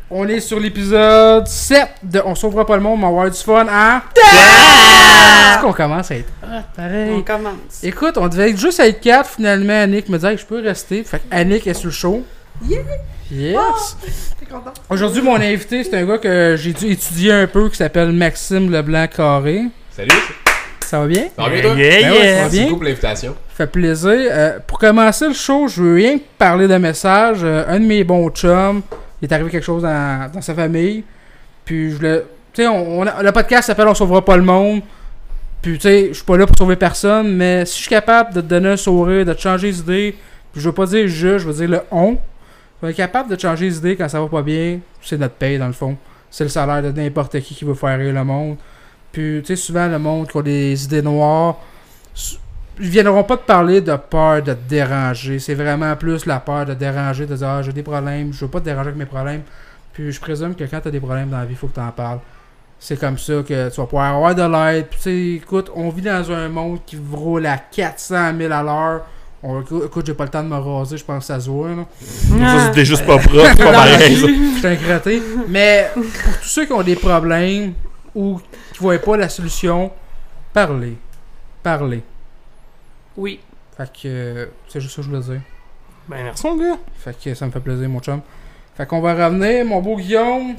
On est sur l'épisode 7 de On sauvera pas le monde, mais on va avoir du fun à... Est-ce qu'on commence à être pareil? On commence. Écoute, on devait juste être 4, finalement Annick me dit hey, je peux rester. Fait qu'Annick est sur le show. Yeah! Yes! T'es content? Aujourd'hui, mon invité, c'est un gars que j'ai dû étudier un peu, qui s'appelle Maxime Leblanc-Carré. Salut! Ça va bien? Ça va bien, toi? Ben ouais, ça va Merci bien. beaucoup pour l'invitation. Fait plaisir. Pour commencer le show, je veux rien que parler de message. Un de mes bons chums, il est arrivé quelque chose dans sa famille. Puis je le. Tu sais, le podcast s'appelle On sauvera pas le monde. Puis tu sais, je suis pas là pour sauver personne, mais si je suis capable de te donner un sourire, de te changer les idées, puis je veux pas dire je veux dire le on. Si on est capable de te changer les idées quand ça va pas bien, c'est notre paye dans le fond. C'est le salaire de n'importe qui veut faire rire le monde. Puis tu sais, souvent le monde qui a des idées noires, ils viendront pas te parler de peur de te déranger. C'est vraiment plus la peur de te déranger, de dire j'ai des problèmes, je veux pas te déranger avec mes problèmes. Puis je présume que quand t'as des problèmes dans la vie, il faut que t'en parles. C'est comme ça que tu vas pouvoir avoir de l'aide. Puis tu sais, écoute, on vit dans un monde qui roule à 400 000 à l'heure. Écoute, j'ai pas le temps de me raser, je pense que ça se voit. Là. Ça, c'était juste pas propre, c'est pas pareil. Ça. Je suis un crotté. Mais pour tous ceux qui ont des problèmes ou qui voient pas la solution, parlez. Parlez. Oui. Fait que c'est juste ça que je voulais dire. Ben merci mon gars. Fait que ça me fait plaisir mon chum. Fait qu'on va revenir, mon beau Guillaume.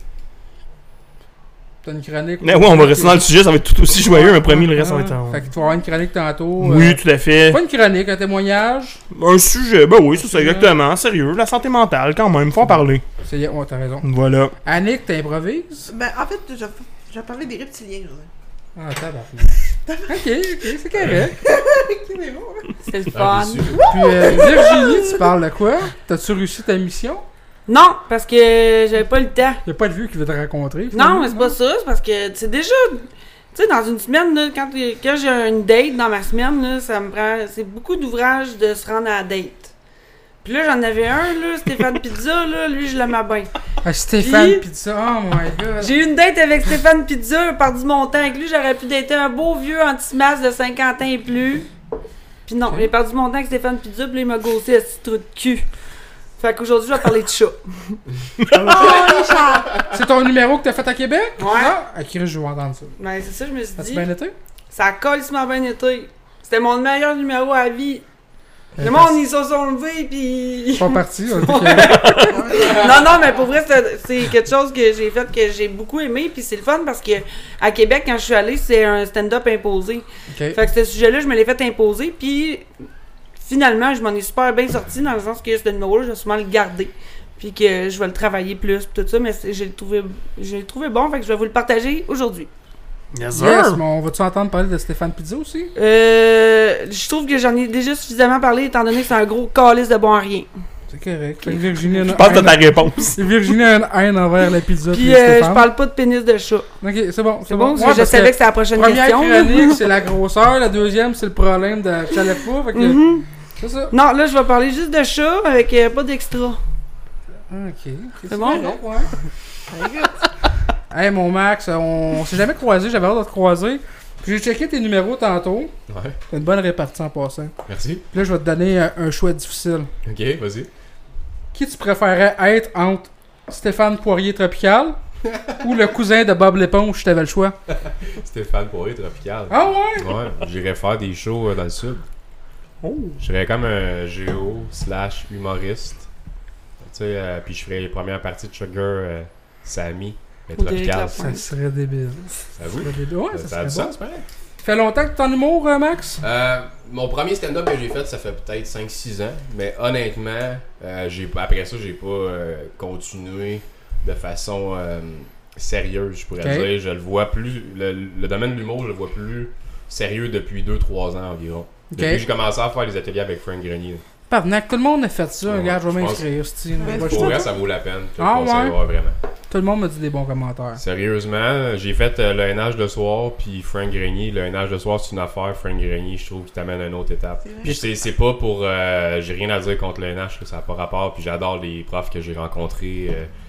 T'as une chronique. Mais ouais, on va rester dans le sujet, ça va être tout aussi joyeux, mais promis, le reste ça va être en... Fait que tu vas avoir une chronique tantôt. Oui, tout à fait. Pas une chronique, un témoignage. Un sujet, ben oui, c'est ça exactement, sérieux, la santé mentale quand même, faut en parler. Ouais, t'as raison. Voilà. Annick, t'improvises? Ben, en fait, j'ai parlé des reptiliens. Ah, tabarnak. Ok, c'est correct. Ok, mais bon. C'est le Ah, fun. déçu. Puis Virginie, tu parles de quoi? T'as-tu réussi ta mission? Non, parce que j'avais pas le temps. Y'a pas de vieux qui veut te rencontrer. Non, finalement, mais c'est pas ça. C'est parce que c'est déjà. Tu sais, dans une semaine, là, quand j'ai une date dans ma semaine, là, ça me prend. C'est beaucoup d'ouvrages de se rendre à la date. Puis là, j'en avais un, là, Stéphane Pizza, là, lui, je l'aimais bien. Ah, Stéphane Puis- Pizza, oh my god. J'ai eu une date avec Stéphane Pizza, perdu mon temps avec lui, j'aurais pu dater un beau vieux anti-masse de 50 ans et plus. Puis non, j'ai perdu mon temps avec Stéphane Pizza, puis là, il m'a gossé à ce trou de cul. Fait qu'aujourd'hui, je vais parler de chat. C'est ton numéro que t'as fait à Québec? Ouais. Ah, ok, je vais entendre ça. Ben, c'est ça, je me suis As-tu dit. bien été? Ça a colissement bien été. C'était mon meilleur numéro à vie. Le Parce- monde, ils se sont levés, pis... Ils sont partis. On était Québec. Non, mais pour vrai, c'est quelque chose que j'ai fait, que j'ai beaucoup aimé, puis c'est le fun parce que à Québec, quand je suis allée, c'est un stand-up imposé. Ok. Fait que ce sujet-là, je me l'ai fait imposer, puis finalement, je m'en ai super bien sorti dans le sens que ce numéro-là, je vais sûrement le garder. Puis que je vais le travailler plus, pis tout ça, mais j'ai trouvé bon, fait que je vais vous le partager aujourd'hui. Yes, Yes, mais on va-tu entendre parler de Stéphane Pizza aussi? Je trouve que j'en ai déjà suffisamment parlé, étant donné que c'est un gros calice de bon à rien. C'est correct. Fait que Virginie a une Je pense que t'as ta haine- réponse. Virginie a une haine envers la pizza. Puis puis je Stéphane. parle pas de pénis de chat. Ok, c'est bon. C'est bon, Ouais, parce que je parce savais que c'était la prochaine Première question. là. chronique, c'est la grosseur. La deuxième, c'est le problème de que ça lève pas. Fait que Mhm. c'est ça. Non, là, je vais parler juste de chat avec pas d'extra. Ok. C'est bon? correct, ouais. Hey, mon Max, on s'est jamais croisé. J'avais hâte de te croiser. Puis j'ai checké tes numéros tantôt. Ouais, T'as une bonne répartie en passant. merci. Puis là, je vais te donner un choix difficile. Ok, vas-y. Qui tu préférais être entre Stéphane Poirier Tropical ou le cousin de Bob l'éponge, si t'avais le choix? Stéphane Poirier, Tropical. Ah ouais? Ouais, j'irais faire des shows dans le sud. Oh. Je serais comme un géo/humoriste. Tu sais, puis je ferais les premières parties de Sugar Sammy, mais Ou d'Éric Tropical. Lapointe. Ça serait débile. Ça vous? Ça serait débile. Ouais, Ça ça a du serait bon. sens, pareil. Ça fait longtemps que t'es en humour, Max? Mon premier stand-up que j'ai fait, ça fait peut-être 5-6 ans. Mais honnêtement, après ça, j'ai pas continué de façon sérieuse, je pourrais Ok. dire. Je le vois plus. Le domaine de l'humour, je le vois plus sérieux depuis 2-3 ans environ. Ok. Depuis que j'ai commencé à faire des ateliers avec Frank Grenier. Pardon, tout le monde a fait ça. Ouais, Regarde, je vais je pense- m'inscrire. c'ti. Ouais, Moi, c'est je- Pour vrai, ça vaut la peine. Je te le Ah, conseille, ouais? vraiment. Tout le monde m'a dit des bons commentaires. Sérieusement, j'ai fait le NH de soir, puis Frank Grenier. Le NH de soir, c'est une affaire. Frank Grenier, je trouve qu'il t'amène à une autre étape. C'est vrai. Puis c'est pas pour. J'ai rien à dire contre le NH, ça n'a pas rapport. Puis j'adore les profs que j'ai rencontrés.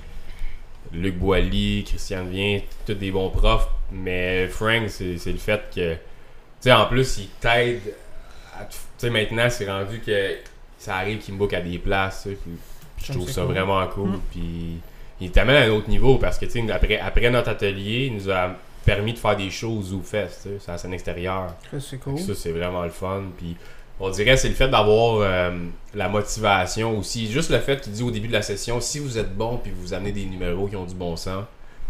Luc Boilly, Christiane Vien, tous des bons profs. Mais Frank, c'est le fait que. Tu sais, en plus, il t'aide. Tu sais, maintenant, c'est rendu que ça arrive qu'il me book à des places. Tu sais, puis je trouve ça cool. vraiment cool. Puis il t'amène à un autre niveau parce que, tu sais, après notre atelier, il nous a permis de faire des shows au Zoo Fest, tu sais, sur la scène extérieure. C'est cool. Ça, c'est vraiment le fun. Puis, on dirait c'est le fait d'avoir la motivation aussi. Juste le fait qu'il dit au début de la session, si vous êtes bon puis vous amenez des numéros qui ont du bon sens,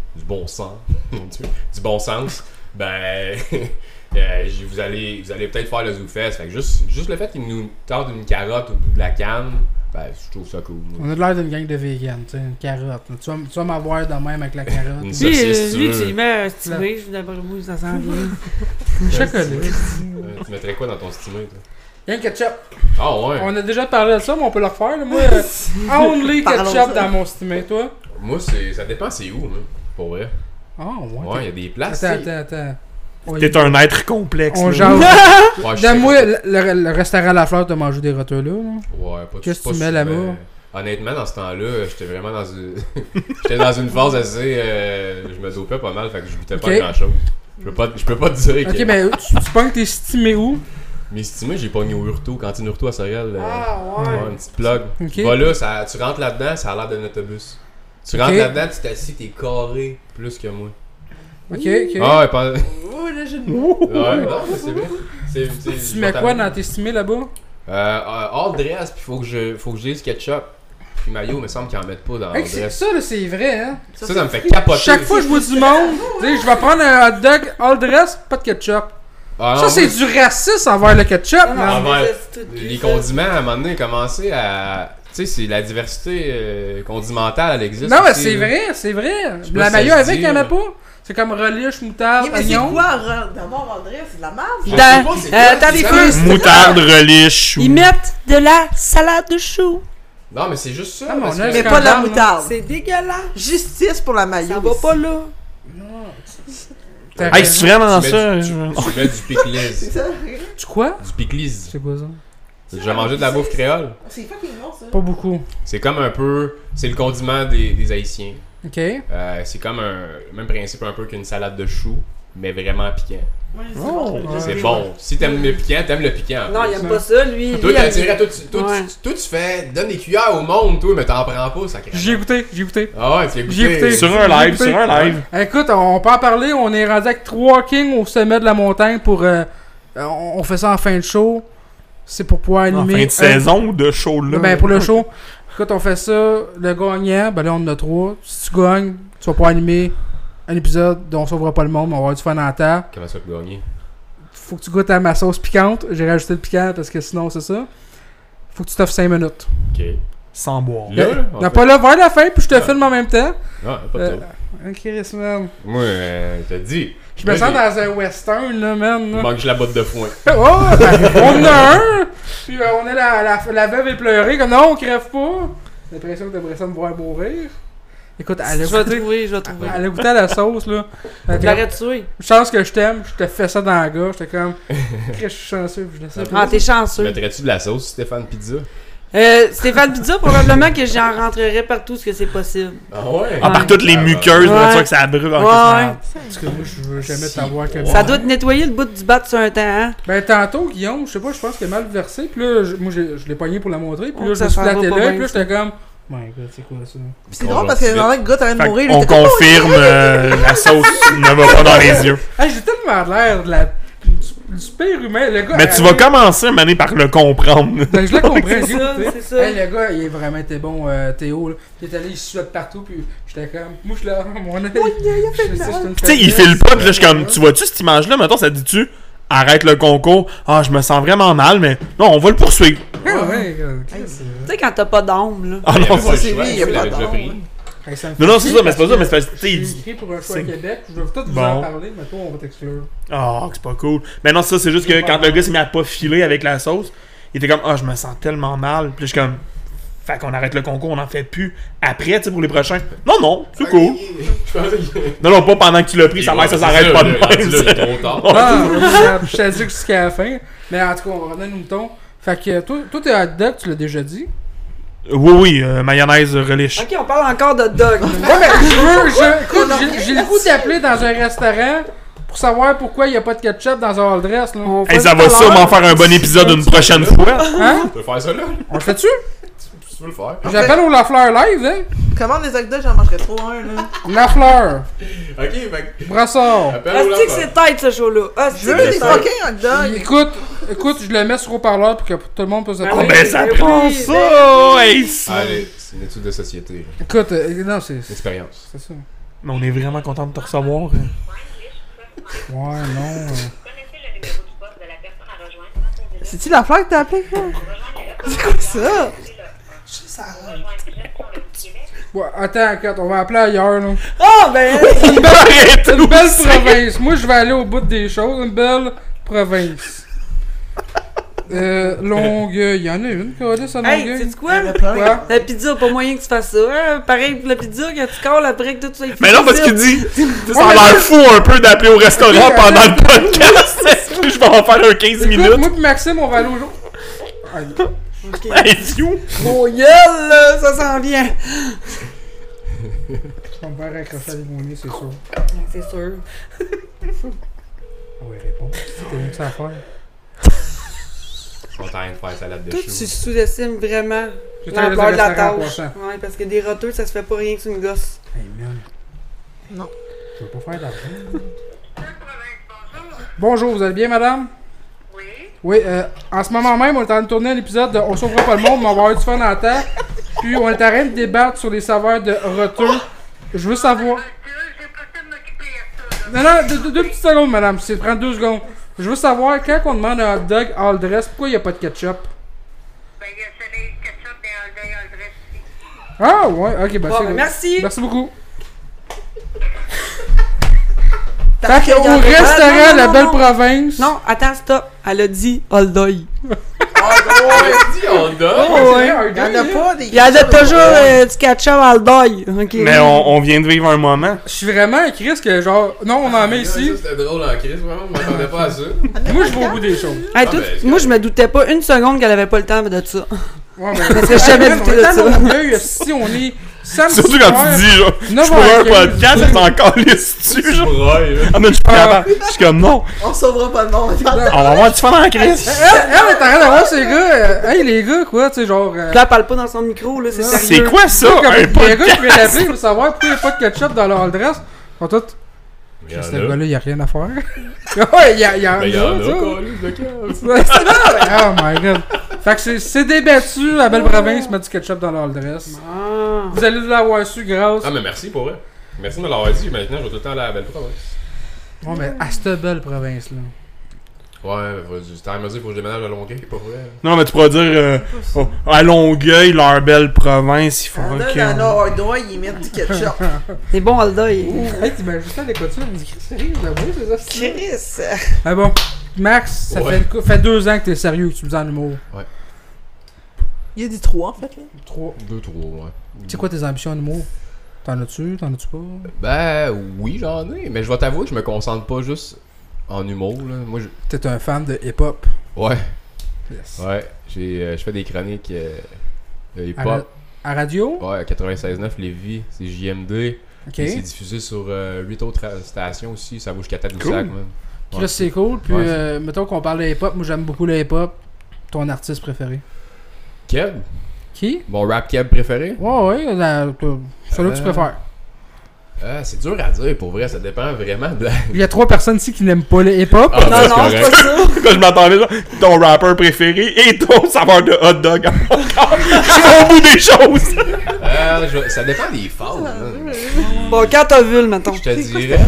mon Dieu, du bon sens, ben, vous allez peut-être faire le Zoo Fest. Fait que juste le fait qu'il nous tente une carotte au bout de la canne, ben, je trouve ça cool. On a l'air d'une gang de vegan, tu sais, une carotte. Tu vas m'avoir de même avec la carotte. Une Lui, saucisse, tu lui veux. tu mets un stimé, d'après moi, ça sent bien. Chocolat. Tu mettrais quoi dans ton stimé, toi? Rien de ketchup. Ah ouais. On a déjà parlé de ça, mais on peut le refaire. Là. Moi, only Parlons ketchup ça. dans mon stimé, toi. Moi, ça dépend c'est où, hein, pour vrai. Ah, ouais. Ouais, il y a des places. Attends. Ouais, T'es un être complexe. on là. jase. Ouais, je sais Donne-moi que- le restaurant La Fleur, t'as mangé des roteux là. Ouais, pas Qu'est-ce que pas tu mets souvent. là-bas? Honnêtement, dans ce temps-là, j'étais vraiment dans une... j'étais dans une phase assez... je me dopais pas mal, fait que je goûtais pas Ok. grand-chose. Je peux pas te dire que... Ok, mais tu penses que t'es stimé où? Mais estimé, j'ai pogné au Hurto, cantine Hurto à Sorel. Ah, ouais, ouais. une petite plug. Ok. Tu vas là, tu rentres là-dedans, ça a l'air d'un autobus. Tu rentres Ok. là-dedans, tu t'assis, t'es carré plus que moi. Ok. Ah ouais, pas... Oh, là, j'ai ouais, non, mais c'est vrai. Tu mets quoi dans tes stimés là-bas? All dress, puis faut que je dise ketchup. Puis mayo, il me semble qu'ils en mettent pas dans all Hey, dress. ça, là, c'est vrai, hein? Ça me fait capoter. Chaque fois que je vois du monde, tu sais, je vais prendre un hot dog all dress, pas de ketchup. Ah, Ça, non, c'est moi, du racisme envers le ketchup, Non, man. non, ouais. c'est tout les ça. condiments, à un moment donné, commencé à... Tu sais, c'est la diversité condimentale, elle existe Non, mais aussi, c'est là. vrai, c'est vrai. sais pas La si mayo ça se avec, dit, y'en a là. pas. C'est comme relish, moutarde, mais c'est oignon. quoi, d'abord, André? C'est de la merde? Je sais Dans- pas c'est quoi, attends, c'est les ça. feux. Moutarde, relish, chou. Ils mettent de la salade de chou. Non, mais c'est juste ça. Ah, mais parce on a que- Mais pas de la Scandale, moutarde. C'est dégueulasse. Justice pour la maillot. Ça va pas là. T'as Hey, c'est vraiment Tu mets ça. du- je- Tu mets du C'est pickles. ça? Tu quoi? Du pickles. C'est quoi ça? J'ai déjà mangé de la bouffe créole. C'est fucking bon, ça. Pas beaucoup. C'est comme un peu... C'est le condiment des Haïtiens. Ok. C'est comme le même principe un peu qu'une salade de choux, mais vraiment piquant. Ouais, c'est Oh, bon. C'est bon. Si t'aimes le piquant, t'aimes le piquant. Non, il il aime pas ça, lui. Toi, Lui, t'as il attiré, aime- Ouais. toi, tu fais, donne des cuillères au monde, toi, mais t'en prends pas, ça crée. J'ai écouté. Ah ouais, tu l'as J'ai goûté. écouté. Sur un live, sur un live. Écoute, on peut en parler. On est rendu avec 3 kings au sommet de la montagne pour. On fait ça en fin de show. C'est pour pouvoir En animer. fin de saison ou de show là? Ben, pour le show. Écoute, on fait ça. Le gagnant, ben là, on en a 3. Si tu gagnes, tu vas pouvoir animer un épisode dont on sauvera pas le monde, mais on va avoir du fun en temps. Comment ça peut gagner? Faut que tu goûtes à ma sauce piquante. J'ai rajouté le piquant parce que sinon, c'est ça. Faut que tu t'offres 5 minutes. Ok. Sans boire. Là, on Non, fait- pas là, vers la fin, puis je te Ah. filme en même temps. Ah, pas de trouble. Ok, man. Moi, t'as dit. Je me sens dans un western, là, man. Il là. manque la botte de foin. Oh, ben, on en a un! Puis on a la veuve éplorée, comme non, on crève pas. J'ai l'impression que t'as l'impression de me voir mourir. Écoute, elle a Je vais goûté, trouver, je vais trouver. elle a goûté à la sauce, là. Je l'arrête tuer. Chance que je t'aime, je te fais ça dans la gorge. J'étais comme, je suis chanceux, puis je le sais. Ah, t'es chanceux. Mettrais-tu de la sauce, Stéphane Pizza? Stéphane Pizza, probablement que j'en rentrerais partout ce que c'est possible. Ah ouais? Ah, par toutes les muqueuses, là, Ouais. tu vois que ça brûle. Ouais. Parce que moi, je veux jamais t'avoir comme Ça doit te nettoyer le bout du bat sur un temps, hein? Ben, tantôt, Guillaume, je sais pas, je pense qu'il a mal versé. Puis là, moi, je l'ai pogné pour la montrer. Puis Oh, là, je ça me suis s'en va flatté pas là. bien, Puis là, ça. j'étais comme, my god, c'est quoi ça? C'est drôle parce que pendant que le gars t'avait de Fait mourir, qu'on il était comme, confirme, la sauce ne va pas dans les yeux. Hey, j'ai tellement l'air du pire humain. Le gars, Mais tu vas commencer, Mané, par le comprendre. Ben, je le comprends, C'est j'ai ça, écouté. c'est ça. Hey, le gars, il est vraiment été bon, Théo. Là. Il est allé, il suait de partout, puis j'étais comme. Moi, je l'ai. Mon œil. Tu sais, il file pas, pis là, je suis comme, tu vois-tu cette image-là, mettons, ça dit-tu, arrête le concours, ah, je me sens vraiment mal, mais non, on va le poursuivre. Ouais, ouais. Hey, c'est- Tu sais, quand t'as pas d'âme, là. Ah Il y non, avait pas le c'est choix, lui, il y a vous pas l'avez déjà d'ordre. pris. non, non, c'est ça, mais c'est pas ça, mais c'est parce que, tu sais, J'ai il- écrit pour un choix à c'est- Québec, je vais peut-être vous Bon. en parler, mais toi, on va t'exclure. ah, c'est pas cool. Mais non, ça, c'est juste que quand le gars s'est mis à pas filer avec la sauce, il était comme, ah, je me sens tellement mal, puis là, je suis comme, fait qu'on arrête le concours, on en fait plus après, tu sais, pour les prochains. Non, non, c'est cool. Je pensais qu'il- Non, non, pas pendant que tu l'as pris, ça Ouais, ça c'est s'arrête ça, pas de là, rendu même. là, il est ça. trop tard. Ah, regarde, je t'ai dit jusqu'à la fin. Mais en tout cas, on va revenir au mouton. Fait que toi, t'es hot dog, tu l'as déjà dit. Oui, oui, mayonnaise relish. Ok, on parle encore de dog. Ouais, mais écoute, j'ai le goût d'appeler dans un restaurant pour savoir pourquoi il n'y a pas de ketchup dans un all dress, là. On Hey, fait ça tout va à l'heure. sûrement faire un bon épisode une prochaine fois. Hein? Tu peux faire ça là? On le fait-tu? Tu peux le faire. J'appelle au La Fleur Live, hein? Commande des hot dogs, j'en mangerais trop un, là. La fleur. Ok, fait Brassard. appelle Ah, au c'est que c'est tête, ce show-là. Ah, Je veux des fucking hot dogs. Écoute, je le mets sur haut-parleur pour que tout le monde puisse se Ah, Oh, prendre. ben ça ben prend oui, ça! Hey, ça. Allez, c'est une étude de société. Là. Écoute, non, c'est Expérience. ça. Mais on est vraiment content de te recevoir. Ouais, non. Connaissez le numéro du poste de la personne à rejoindre. C'est-tu la fleur que t'as appelée, quoi? C'est quoi ça? Ouais, attends, on va appeler ailleurs, là. Ah, ben! Arrête! Une belle province. Moi, je vais aller au bout des choses. Une belle province. Longueuil. Il y en a une, Codis, à Hey, Longueuil. sais-tu quoi? Quoi? La pizza, pas moyen que tu fasses ça. Hein? Pareil pour la pizza, quand tu calls après que tout ça est Mais non, parce qu'il dit, ça a mais l'air là- fou un peu d'appeler au restaurant Ok, pendant attends. le podcast. Est-ce que je vais en faire un 15 Écoute, minutes? moi et Maxime, on va aller au jour. Hey, you! Mon gueule, là, ça s'en vient. On va me faire accrocher à mon nez, c'est sûr. C'est sûr. Ouais, réponds. T'as rien que ça à faire. On est en train de faire salade de Toi, chou. tu sous-estimes vraiment Je travaille l'ampleur de dans un la restaurant en tâche. passant. Ouais, parce que des roteux, ça se fait pas rien que sur une gosse. Hey, man. Non. Tu veux pas faire d'argent? Bonjour, vous allez bien, madame? Oui. Oui, en ce moment même, on est en train de tourner un épisode de On sauvera pas le monde, mais on va avoir du fun en temps. Puis on est en train de débattre sur les saveurs de roteux. Je veux savoir. J'ai pas de m'occuper à ça, là. Non, deux petites secondes, madame. C'est prendre 2 secondes. Je veux savoir, quand on demande un hot dog all dress, pourquoi il n'y a pas de ketchup? Ben, il y a soleil ketchup dans le dress ici. Ah, ouais, ok, bah Bon, c'est ben, good. merci. Merci beaucoup. T'as Fait qu'au restaurant La Belle Province. Non, attends, stop. Elle a dit all dog. On donne! Oh, ouais. Il y en a pas des. Il y en a toujours du ketchup all dog. Ok. Mais on vient de vivre un moment. Je suis vraiment un Chris que genre. Non, on en met ici. C'était drôle en crise, vraiment. Je m'attendais pas à ça. Moi, je vais au bout des choses. Hey, Ah, tout- ben, c'est moi, je me doutais pas une seconde qu'elle avait pas le temps de ça. Ouais, mais. Parce que je savais douter de ça. Si on est. Samedi Surtout quand soir, tu dis, genre, je suis pour 9h15, un podcast, c'est encore les genre. Braille, là. Ah, mais je suis pas capable. Je suis comme, non, On sauvera pas le monde. on va avoir du fun en crise. Elle est en train d'avoir ces gars. Hey, les gars, quoi, tu sais, genre. Puis là, elle parle pas dans son micro, là, c'est Non. sérieux. C'est quoi ça, Comme un les gars qui podcast? pourraient l'appeler pour savoir pourquoi il n'y a pas de ketchup dans leur all dress. Ils sont tous. Il y en Ce a. gars-là, il n'y a rien à faire. Ouais, il y en Ben, il y en a. a, ça. câlisse de cave. Ouais, c'est vrai. Oh my god. Fait que c'est débattu à Belle Province, mettre du ketchup dans leur all dress. Ah. Vous allez l'avoir su grâce. Ah, mais merci pour vrai. Merci de me l'avoir dit. Maintenant, je vais tout le temps aller à la belle province. Ouais, mais à cette belle province-là. Ouais, vas-y. T'as à me dire, faut que je déménage à Longueuil, pas vrai. Non, mais tu pourras dire, oh, à Longueuil, leur belle province, il faut Dans que. leur hot dog, ils mettent du ketchup. C'est bon, all dog. Hey, tu m'as juste à l'équature, il me dit sérieux, oui, c'est ça. Chris. Ah bon. Max, ça Ouais. fait 2 ans que t'es sérieux, que tu me dis en humour. Il y a dit 3 en fait. Là. 3. 2, 3, ouais. C'est quoi tes ambitions en humour? T'en as-tu? T'en as-tu pas? Ben, oui, j'en ai. Mais je vais t'avouer que je me concentre pas juste en humour, là. Moi, je. T'es un fan de hip-hop. Ouais. Yes. Ouais. Je fais des chroniques À, hip-hop. à radio? Ouais, à 96.9 Lévis. C'est JMD. Ok. Et c'est diffusé sur 8 autres stations aussi. Ça vaut jusqu'à Tadoussac, Cool. man. Puis Ouais. là, c'est cool. Puis, Ouais, mettons qu'on parle de hip-hop. Moi, j'aime beaucoup le hip-hop. Ton artiste préféré? Keb? Qui? Mon rap Keb préféré? Ouais, celui que tu préfères. C'est dur à dire, pour vrai. Ça dépend vraiment de la. Il y a 3 personnes ici qui n'aiment pas le hip-hop. Ah, Non, ben, non, c'est correct. pas ça. Quand je m'attendais, genre, ton rappeur préféré et ton saveur de hot dog. Je vais au bout des choses. Ça dépend des phases, man. Bon, quand t'as vu, le mettons. Je te dirais.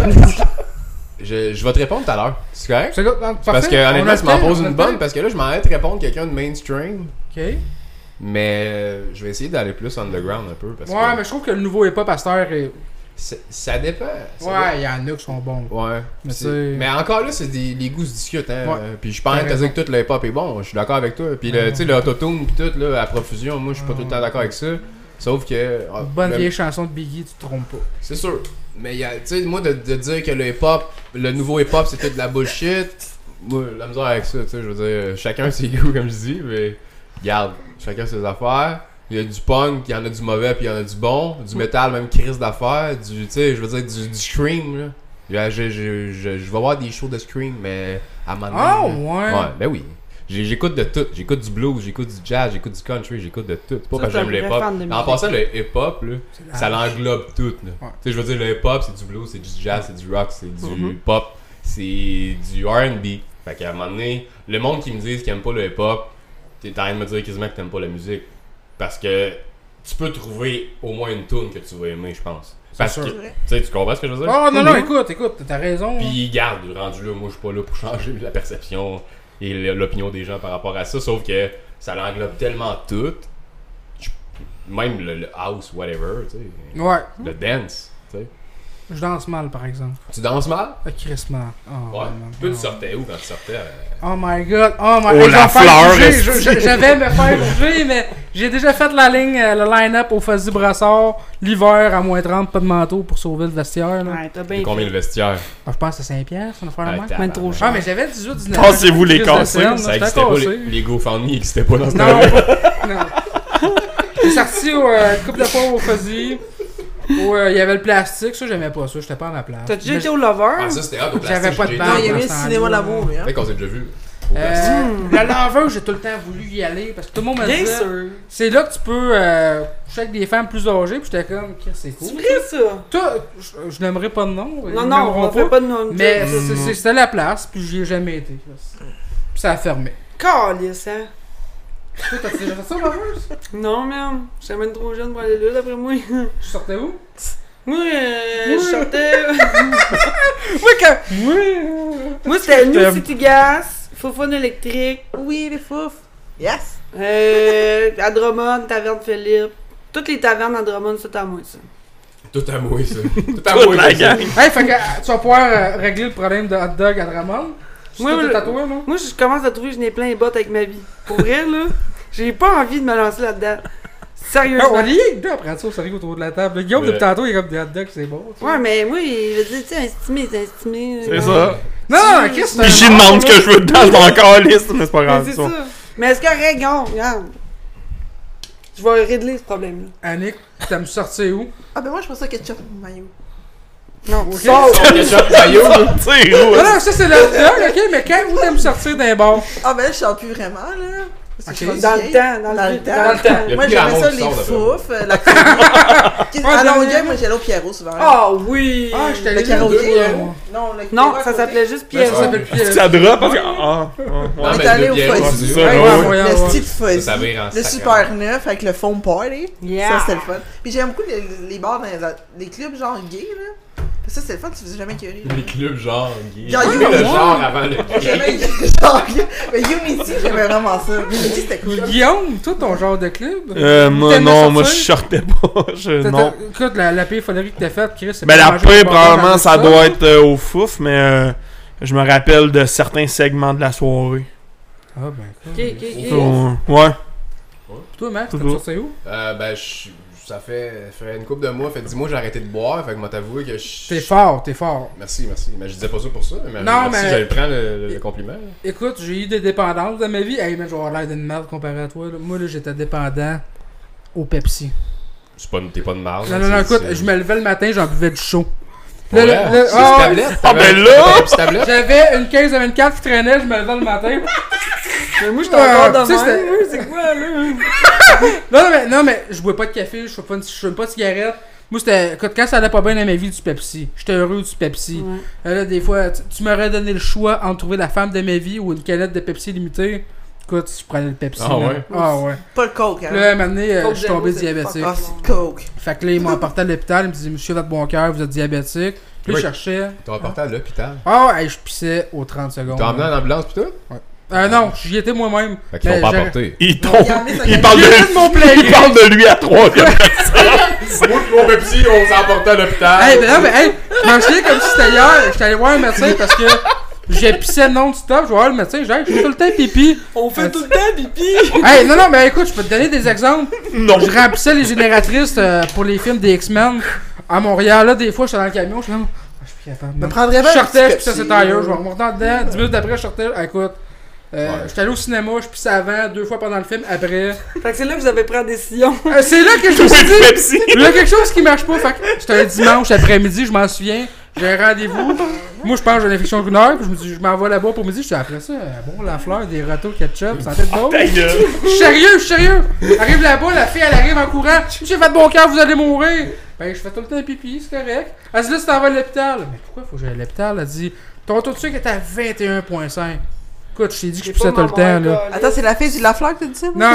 Je vais te répondre tout à l'heure. C'est correct? C'est good. Parce que honnêtement, On a tu le m'en temps, poses on a une le temps. bonne parce que là, je m'en vais te répondre quelqu'un de mainstream. Ok. Mais je vais essayer d'aller plus underground un peu. Parce Ouais, que mais je trouve que le nouveau hip-hop à cette heure est. ça dépend. Ça Ouais, il y en a qui sont bons. dépend. Ouais. Mais C'est- c'est- Mais encore là, les goûts se discutent. Hein. Ouais. Puis je pense T'as que t'as raison. dit que tout le hip-hop est bon. Je suis d'accord avec toi. Puis tu sais, le autotune pis tout, là, à profusion, moi, je suis pas tout le temps d'accord avec ça. Sauf que. Une bonne le- vieille chanson de Biggie, tu te trompes pas. C'est sûr. Mais tu sais, moi, de dire que le hip-hop, le nouveau hip-hop, c'est tout de la bullshit, moi, la misère avec ça, tu sais, je veux dire, chacun ses goûts, comme je dis, mais regarde, chacun ses affaires. Il y a du punk, il y en a du mauvais, puis il y en a du bon. Du métal, même crise d'affaires. Tu sais, je veux dire, du scream, là. Je vais voir des shows de scream, mais à un moment donné, Ah, là. ouais. Ouais, ben oui. J'écoute de tout. J'écoute du blues, j'écoute du jazz, j'écoute du country, j'écoute de tout. C'est pas Ça, parce que t'es j'aime un le vrai hip-hop. fan de En musique. passant, le hip-hop, là, ça large. l'englobe tout. Là. Ouais. Tu sais, je veux dire, le hip-hop, c'est du blues, c'est du jazz, c'est du rock, c'est du pop, c'est du R&B. Fait qu'à un moment donné, le monde qui me dit qu'ils aiment pas le hip-hop, t'es en train de me dire quasiment que t'aimes pas la musique. Parce que tu peux trouver au moins une tune que tu vas aimer, je pense. Parce sûr. que, tu sais, tu comprends ce que je veux dire? Oh non, écoute, t'as raison. Puis garde, rendu là, moi je suis pas là pour changer la perception et l'opinion des gens par rapport à ça, sauf que ça l'englobe tellement tout, même le house, whatever, tu sais, Ouais, le dance, tu sais. je danse mal par exemple. Tu danses mal? Crissement. Oh, Ouais. man. Toi, tu sortais où quand tu sortais? Oh my god, oh my Oh, Hey, je la vais faire fleur, bouger. est-ce- J'avais me faire bouger, mais j'ai déjà fait la ligne, le line-up au Fuzzy Brassard, l'hiver à moins 30, pas de manteau pour sauver le vestiaire. Là. Ouais, t'as bien Et combien le fait. vestiaire? Ah, je pense que c'est 5 piastres, on va faire la Ah, même. t'as- Même trop Ah, cher. mais j'avais 18-19 ans. Passez-vous les Crise de casser. scène, Ça j'étais existait pas, cassé. les GoFundMe n'existaient pas dans ce Non, temps-là. non. J'ai sorti une couple de fois au Fuzzy, où il y avait le plastique, ça j'aimais pas ça, j'étais pas à ma place. T'as déjà Mais été au Lover? Ah, ça c'était hot au J'avais plastique. pas de j'ai bague. Non, été. il y a mis dans le ce cinéma temps-là. l'amour, lui, hein. Fait qu'on s'est déjà vu. Au plastique. Le laveur, j'ai tout le temps voulu y aller parce que tout le monde me Bien disait sûr. c'est là que tu peux coucher avec des femmes plus âgées, puis j'étais comme c'est cool. C'est vrai ça? Toi, je n'aimerais pas de nom. ils Non, non, m'aimeront on fait pas de nom. Mais c'était la place, puis j'y ai jamais été. Puis ça a fermé. Calice, hein? Toi, t'as déjà fait ça, laveuse? Non, man. J'étais même trop jeune pour aller là, d'après moi. Tu sortais où? Moi, je sortais. Moi, quand. Moi, c'était New t'aime. City Gas, Fofone électrique, Oui, les fouf. Yes. à Drummond, Taverne Philippe. Toutes les tavernes à Drummond, c'est à moi, ça. Tout à moi, ça. Tout à Toute moi, la ça. gang. Hey, fait que tu vas pouvoir régler le problème de hot dog à Drummond. Moi, Moi, le- tatoué, là. Moi, je commence à trouver que je n'ai plein les bottes avec ma vie. Pour vrai, là, j'ai pas envie de me lancer là-dedans. Ah, Sérieusement. on est deux après ça au sérieux autour de la table. Guillaume, depuis tantôt, il est comme des hot dogs, c'est bon. ça. Ouais, mais moi, il veut dire, tu sais, estimé. C'est ça. Non, qu'est-ce que Puis j'y demande ce que je veux dedans, je m'en calisse, mais c'est pas Mais grave. c'est ça. ça. Mais est-ce qu'il y a regarde. Je vais régler ce problème-là. Annick, t'aimes sortir où? Ah, ben moi, je pense ça ketchup maillot. Non, Ok. sauce. Ketchup mayo. Tu sais, gros, Non, non, ça c'est le hot dog, ok, mais quand où t'aimes sortir d'un bar? Ah, ben là, je sors plus vraiment, là. Parce que Ok. je suis Dans rendue le vieille. temps, dans le temps. Dans le temps. Il y a Moi, plus grand j'aimais monde ça, qui les sort de fouf, la chronique. À dernier. Longueuil, moi, j'allais au Pierrot souvent. Ah oui! Ah, j'étais Le allé karaoké, deux fois, là. moi. Non, le Non, Pierrot à ça côté. s'appelait juste Ça Pierre. s'appelle Pierre. ça drop parce que. On Non, est mais allé le au Pierrot, Fuzzy. c'est ça, Ouais, ouais, ouais, le ouais. style Fuzzy. Ça vire en Le sacrament. super neuf avec le foam party. Yeah. Ça, c'était le fun. Puis j'aime beaucoup les bars dans les clubs genre gays, là. Ça, c'était le fun, tu faisais jamais cueillir. Les clubs genre gay. Genre, Oui, le moi. genre avant le J'aimais gay. genre mais Unity, j'aimais vraiment ça. Unity, c'était cool. Guillaume, toi, ton genre de club? Moi, T'aimais non, moi, je sortir? sortais pas. Non. Écoute, la pire folerie que t'as faite, Chris, c'est Ben, pas la manger paix, des bonbons probablement, dans ça le doit sol. être au fouf, mais je me rappelle de certains segments de la soirée. Ah, ben, cool. Ok, ok, ok. Ouais. Toi, Max, t'as Toujours. sorti où? Ben, ça fait une couple de mois, fait 10 mois j'ai arrêté de boire, fait que moi t'avoué que T'es fort, t'es fort. Merci, merci. Mais je disais pas ça pour ça, mais Non, merci, mais- j'allais prendre le compliment. là. Écoute, j'ai eu des dépendances dans ma vie. Hey, mais je vais avoir l'air d'une merde comparé à toi. Là. Moi, là, j'étais dépendant au Pepsi. T'es pas de marde. Non, non, non, écoute, je me levais le matin, j'en buvais du chaud. Là, Le- le- c'est ah, tablette. Ah, ben là! T'avais une petite tablette. J'avais une 15 de 24 qui traînait, je me levais le matin. Mais moi, j'étais Ouais, encore de tu sais, même. c'était- Oui, c'est quoi, là? Non, mais je bois pas de café, je fume pas de cigarette. Moi, c'était. Écoute, quand ça allait pas bien dans ma vie, du Pepsi. J'étais heureux du Pepsi. Ouais. Là, des fois, tu m'aurais donné le choix entre trouver la femme de ma vie ou une canette de Pepsi limitée. Écoute, je prenais le Pepsi. Ah là. ouais? Ah ouais. Pas le coke, hein. Puis là, à un moment donné, Coke je suis tombé zéro, c'est diabétique. Ah, c'est le coke. Fait que là, ils m'ont emporté à l'hôpital, ils me disaient, monsieur, votre bon cœur, vous êtes diabétique. Puis là, Oui. je cherchais. T'as apporté à l'hôpital. Ah, hey, je pissais aux 30 secondes. T'as emmené en ambulance pis tout? Non, j'y étais moi-même. Fait qu'ils l'ont Mais pas j'aurais- apporté. Il tombe. Il y en a, ça Il gagne. parle J'ai fait de mon plein il gré. parle de lui à trois. Moi pis mon Pepsi, on s'est emporté à l'hôpital. Hey, ben non, mais hey, je m'en souviens comme si c'était hier. J'étais allé voir un médecin parce que j'ai pissé non-stop. Je vais voir le médecin, j'ai dit, je fais tout le temps pipi. On fait tout le temps pipi. Hey, non, mais écoute, je peux te donner des exemples. Non. Je remplissais les génératrices pour les films des X-Men à Montréal. Là, des fois, j'étais dans le camion, je suis là, ah, je suis plus capable. Me man. prendrais Je bien un sortais, je petit pissais Pepsi, cet ailleurs, je vais là. remonter en dedans. 10 minutes après, je sortais. Ah, écoute, j'étais allé au cinéma, je pissais avant, 2 fois pendant le film, après. Fait que c'est là que vous avez pris la décision. C'est là que je me suis Oui, dit, Pepsi. il y a quelque chose qui marche pas. Fait que c'était un dimanche après-midi, je m'en souviens. J'ai un rendez-vous. Moi, je pense que j'ai une infection urinaire. Puis je m'en vais là-bas pour midi. Je suis après ça, bon, la fleur, des râteaux, ketchup, ça tête drôle. Ta gueule. Je suis sérieux. Arrive là-bas, la fille, elle arrive en courant. J'ai fait de bon cœur, vous allez mourir. Ben, je fais tout le temps pipi, c'est correct. Elle dit là, tu t'en vas à l'hôpital. Mais pourquoi faut que j'aille à l'hôpital? Elle dit, ton taux de sucre est à 21,5. Écoute, je t'ai dit que je poussais tout le temps, là. Attends, c'est la fille du Lafleur que t'as dit ça? Non,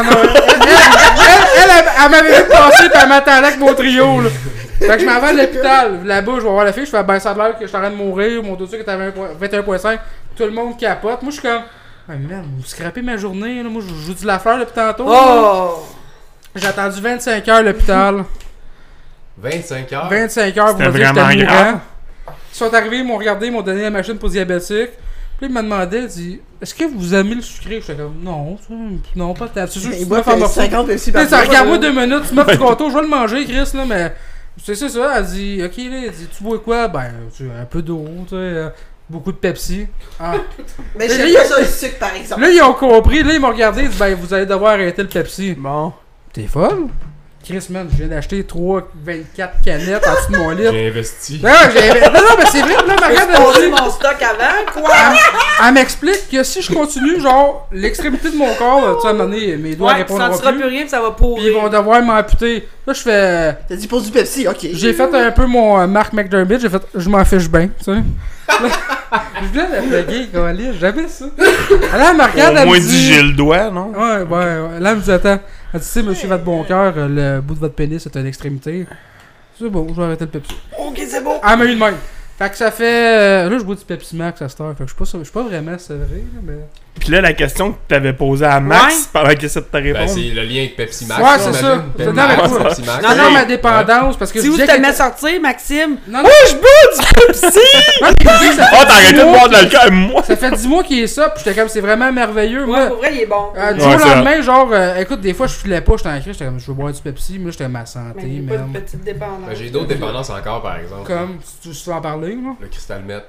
elle m'avait vu passer pis elle m'attendait avec mon trio, là. Fait que je m'en vais à l'hôpital. Là-bas, je vais voir la fille, je fais ben ça a l'air que je suis en train de mourir, mon taux de sucre est à 21,5. Tout le monde capote. Moi, je suis comme, ah, merde, vous scrapez ma journée, là. Moi, je joue du Lafleur depuis tantôt. Oh! J'ai attendu 25 heures à l'hôpital. 25 heures. 25 heures pour me C'était dire que vraiment j'étais grave. mourant. Ils sont arrivés, ils m'ont regardé, ils m'ont donné la machine pour diabétique. Puis il m'a demandé, il dit, est-ce que vous aimez le sucré? J'étais comme, non, non, pas de. C'est sûr que Il tu boit m'as fait morceau. 50 Pepsi Tu par sais, ça jour, regarde-moi là. 2 minutes, tu m'offres du gâteau, je vais le manger, Chris, là, mais. C'est ça, elle dit, ok, là, elle dit, tu bois quoi? Ben, un peu d'eau, tu sais, beaucoup de Pepsi. Ah. Mais Mais j'aime là, pas ça le sucre, par exemple. Là, ils ont compris, là, ils m'ont regardé, ils disent, ben, vous allez devoir arrêter le Pepsi. Bon. T'es folle? Chris, man, je viens d'acheter 24 canettes en dessous de mon lit. J'ai investi. Non, mais c'est vrai, là, ma regarde, J'ai posé elle dit- mon stock avant, quoi! elle m'explique que si je continue, genre, l'extrémité de mon corps, tu sais, à un moment donné, mes doigts Ouais, tu répondront sentiras plus. plus rien pis ça va Puis ils vont pourrir. devoir m'amputer. Là, je fais. T'as dit pour du Pepsi, ok. J'ai fait un peu mon Mark McDermott, j'ai fait. Je m'en fiche bien, tu sais. Là, je voulais la plugger, Gaulis, jamais ça. Là, elle me regarde, Au elle moins me dit dit. j'ai le doigt, non? Ouais. Là, elle me dit, attends. Elle dit, tu sais, monsieur votre bon cœur, le bout de votre pénis est une extrémité. C'est bon, je vais arrêter le Pepsi. Ok, c'est bon. Elle m'a eu de même. Fait que ça fait. Là, je bois du Pepsi Max à cette heure. Fait que je suis pas vraiment sevré, là, mais. Puis là, la question que t'avais posée à Max, pendant qu'il essaie de te Ben, répondre. c'est le lien avec Pepsi Max. Ouais, là, c'est imagine. ça. Pepsi C'est Max, dans la- Pepsi Max. Non, ma dépendance, parce que Si vous disais te que- mets sortir, Maxime. Non, non, Je bois du Pepsi! non, puis il dit que ça fait Oh, t'as 10 arrêté de mois boire de qu'il- l'alcool, moi! Ça fait 10 mois qu'il est ça, pis j'étais comme, c'est vraiment merveilleux. Ouais, Moi, pour vrai, il est bon. du Ouais, jour au c'est lendemain, genre, écoute, des fois, je filais pas, j'étais en crise, j'étais comme, je veux boire du Pepsi, mais là, j'étais ma santé, Mais il n'y a pas même. de petite dépendance. Ben, j'ai d'autres dépendances encore, par exemple. Comme, tu veux en parler, là? Le Crystal Met.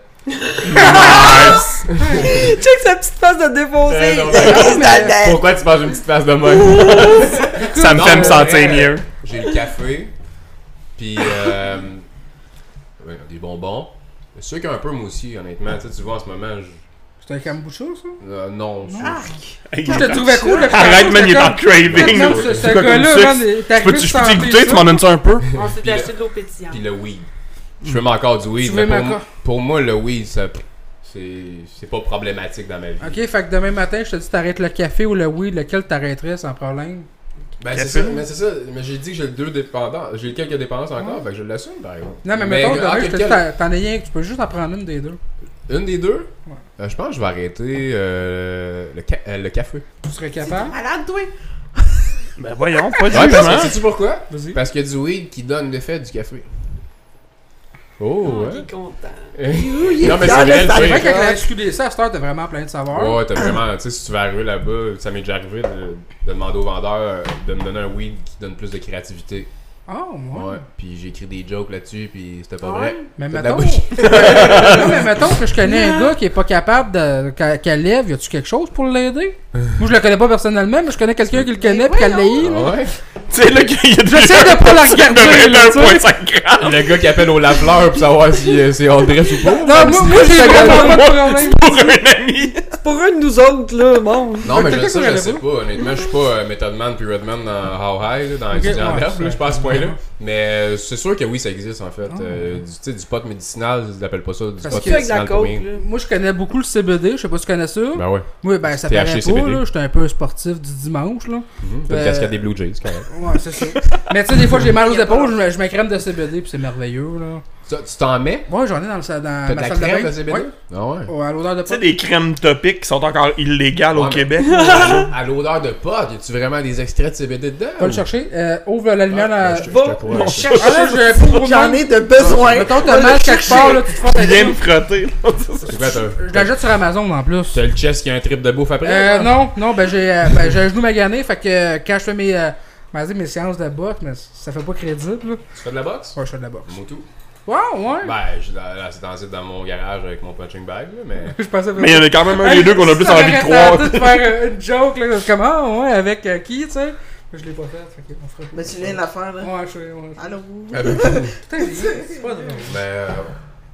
Check sa petite face de défoncé. non, mais- Pourquoi tu manges une petite face de moi? Ça me Non, fait me mais sentir vrai, mieux. J'ai le café, puis ouais, des bonbons. C'est sûr qu'un peu, moi aussi, honnêtement. Tu vois, en ce moment, C'était un kombucha, ça? non. Hey, Je te trouvais cool, le Arrête, man, il est en craving. Non, là. ce quoi comme gars-là, sucre? man, t'es Je arrivé peux-tu de je peux sentir t'écouter? ça. Tu m'en donnes ça un peu? On s'était Puis acheté de l'eau pétillante. Puis le weed. Je fume encore du weed, Tu mais fumes pour, encore? pour moi, le weed, c'est pas problématique dans ma vie. Ok, fait que demain matin, je te dis, t'arrêtes le café ou le weed, lequel t'arrêterais sans problème? Ben, Café. c'est ça, mais j'ai dit que j'ai le deux dépendants. J'ai quelques dépendances encore, fait que je l'assume, par exemple. Non, mais mettons, demain, je te dis, quel- t'en as rien, tu peux juste en prendre une des deux. Une des deux? Ouais. Je pense que je vais arrêter le café. Tu serais capable? Malade, toi. Ben voyons, pas de Ouais, parce que jugement. sais-tu pourquoi? Vas-y. Parce qu'il y a du weed qui donne l'effet du café. Oh, Il ouais. est content. Non, mais c'est fier de vrai, sa C'est le vrai pire. qu'avec la SQDC, à cette heure, t'as vraiment plein de saveurs. Ouais, t'as vraiment, tu sais, si tu vas arriver là-bas, ça m'est déjà arrivé de demander au vendeur de me donner un weed qui donne plus de créativité. Oh, moi. Ouais. Puis j'ai écrit des jokes là-dessus, puis c'était pas Ah vrai. ouais? Mais C'était de la mettons, bullshit. non, mais mettons que je connais un gars qui est pas capable de. Qu'elle lève, y a-tu quelque chose pour l'aider? Moi, je le connais pas personnellement, mais je connais quelqu'un qui le connaît pis qu'elle l'ait. Ah ouais. Tu sais, là, qu'il y a J'essaie de pas la regarder, là, tu sais. 1,5 grammes. Le gars qui appelle au lave-fleur pour savoir si c'est André ou pas. Non, moi j'ai vraiment pas de problème. Pour un ami. C'est pour eux de nous autres, là, bon. Non, mais Quelqu'un ça, qu'on je connaît sais pas. pas. Honnêtement, je suis pas Method Man puis Redman dans How High, là, dans Ok, Étudiant ouais, Nerf, ça. là, je suis pas à ce point-là. Mais c'est sûr que oui, ça existe en fait. Tu sais, du pot médicinal, ils appellent pas ça du Parce pot que avec de la médicinal pour coke, rien. là. Moi, je connais beaucoup le CBD, je sais pas si tu connais ça. Ben ouais. Oui, ben ça THC, paraît pas, CBD. là. J'étais un peu sportif du dimanche, là. T'as une casquette des Blue Jays, c'est correct. Ouais, c'est ça. Mais tu sais, des fois, j'ai mal aux épaules, je me crème de CBD, puis c'est merveilleux, là. Tu t'en mets? Ouais, j'en ai dans T'as de ma la salle de crème bain. de CBD? Ouais. Ah ouais. Ouais, à l'odeur de Tu sais, pot. des crèmes topiques qui sont encore illégales au Ouais, mais- Québec. À l'odeur de pot, y a-tu vraiment des extraits de CBD dedans? Va le chercher. Ouvre la lumière dans. Je te Va. crois. On cherche. Ah là, j'ai un pauvre J'en ai de besoin. Mettons, t'as mal quelque part, là, tu te fasses Viens me frotter. C'est quoi, Je la jette sur Amazon en plus. t'as le chest qui a un trip de bouffe après? Non, ben j'ai un genou magané, fait que quand je fais mes séances de boxe, mais ça fait pas crédible, là. Tu fais de la boxe? Ouais, je fais de la boxe. Moutou. Ouais, ouais. Ben, là, c'est dans mon garage avec mon punching bag, là, mais. Je pensais Mais il y en a quand même un des deux qu'on a plus envie de croire. de faire une joke, là, comme ouais, avec qui, tu sais. Mais je l'ai pas fait, fait qu'on fera. Mais tu viens de la faire, là. Ouais, je suis. Ouais. Allô? Putain, c'est pas drôle. Mais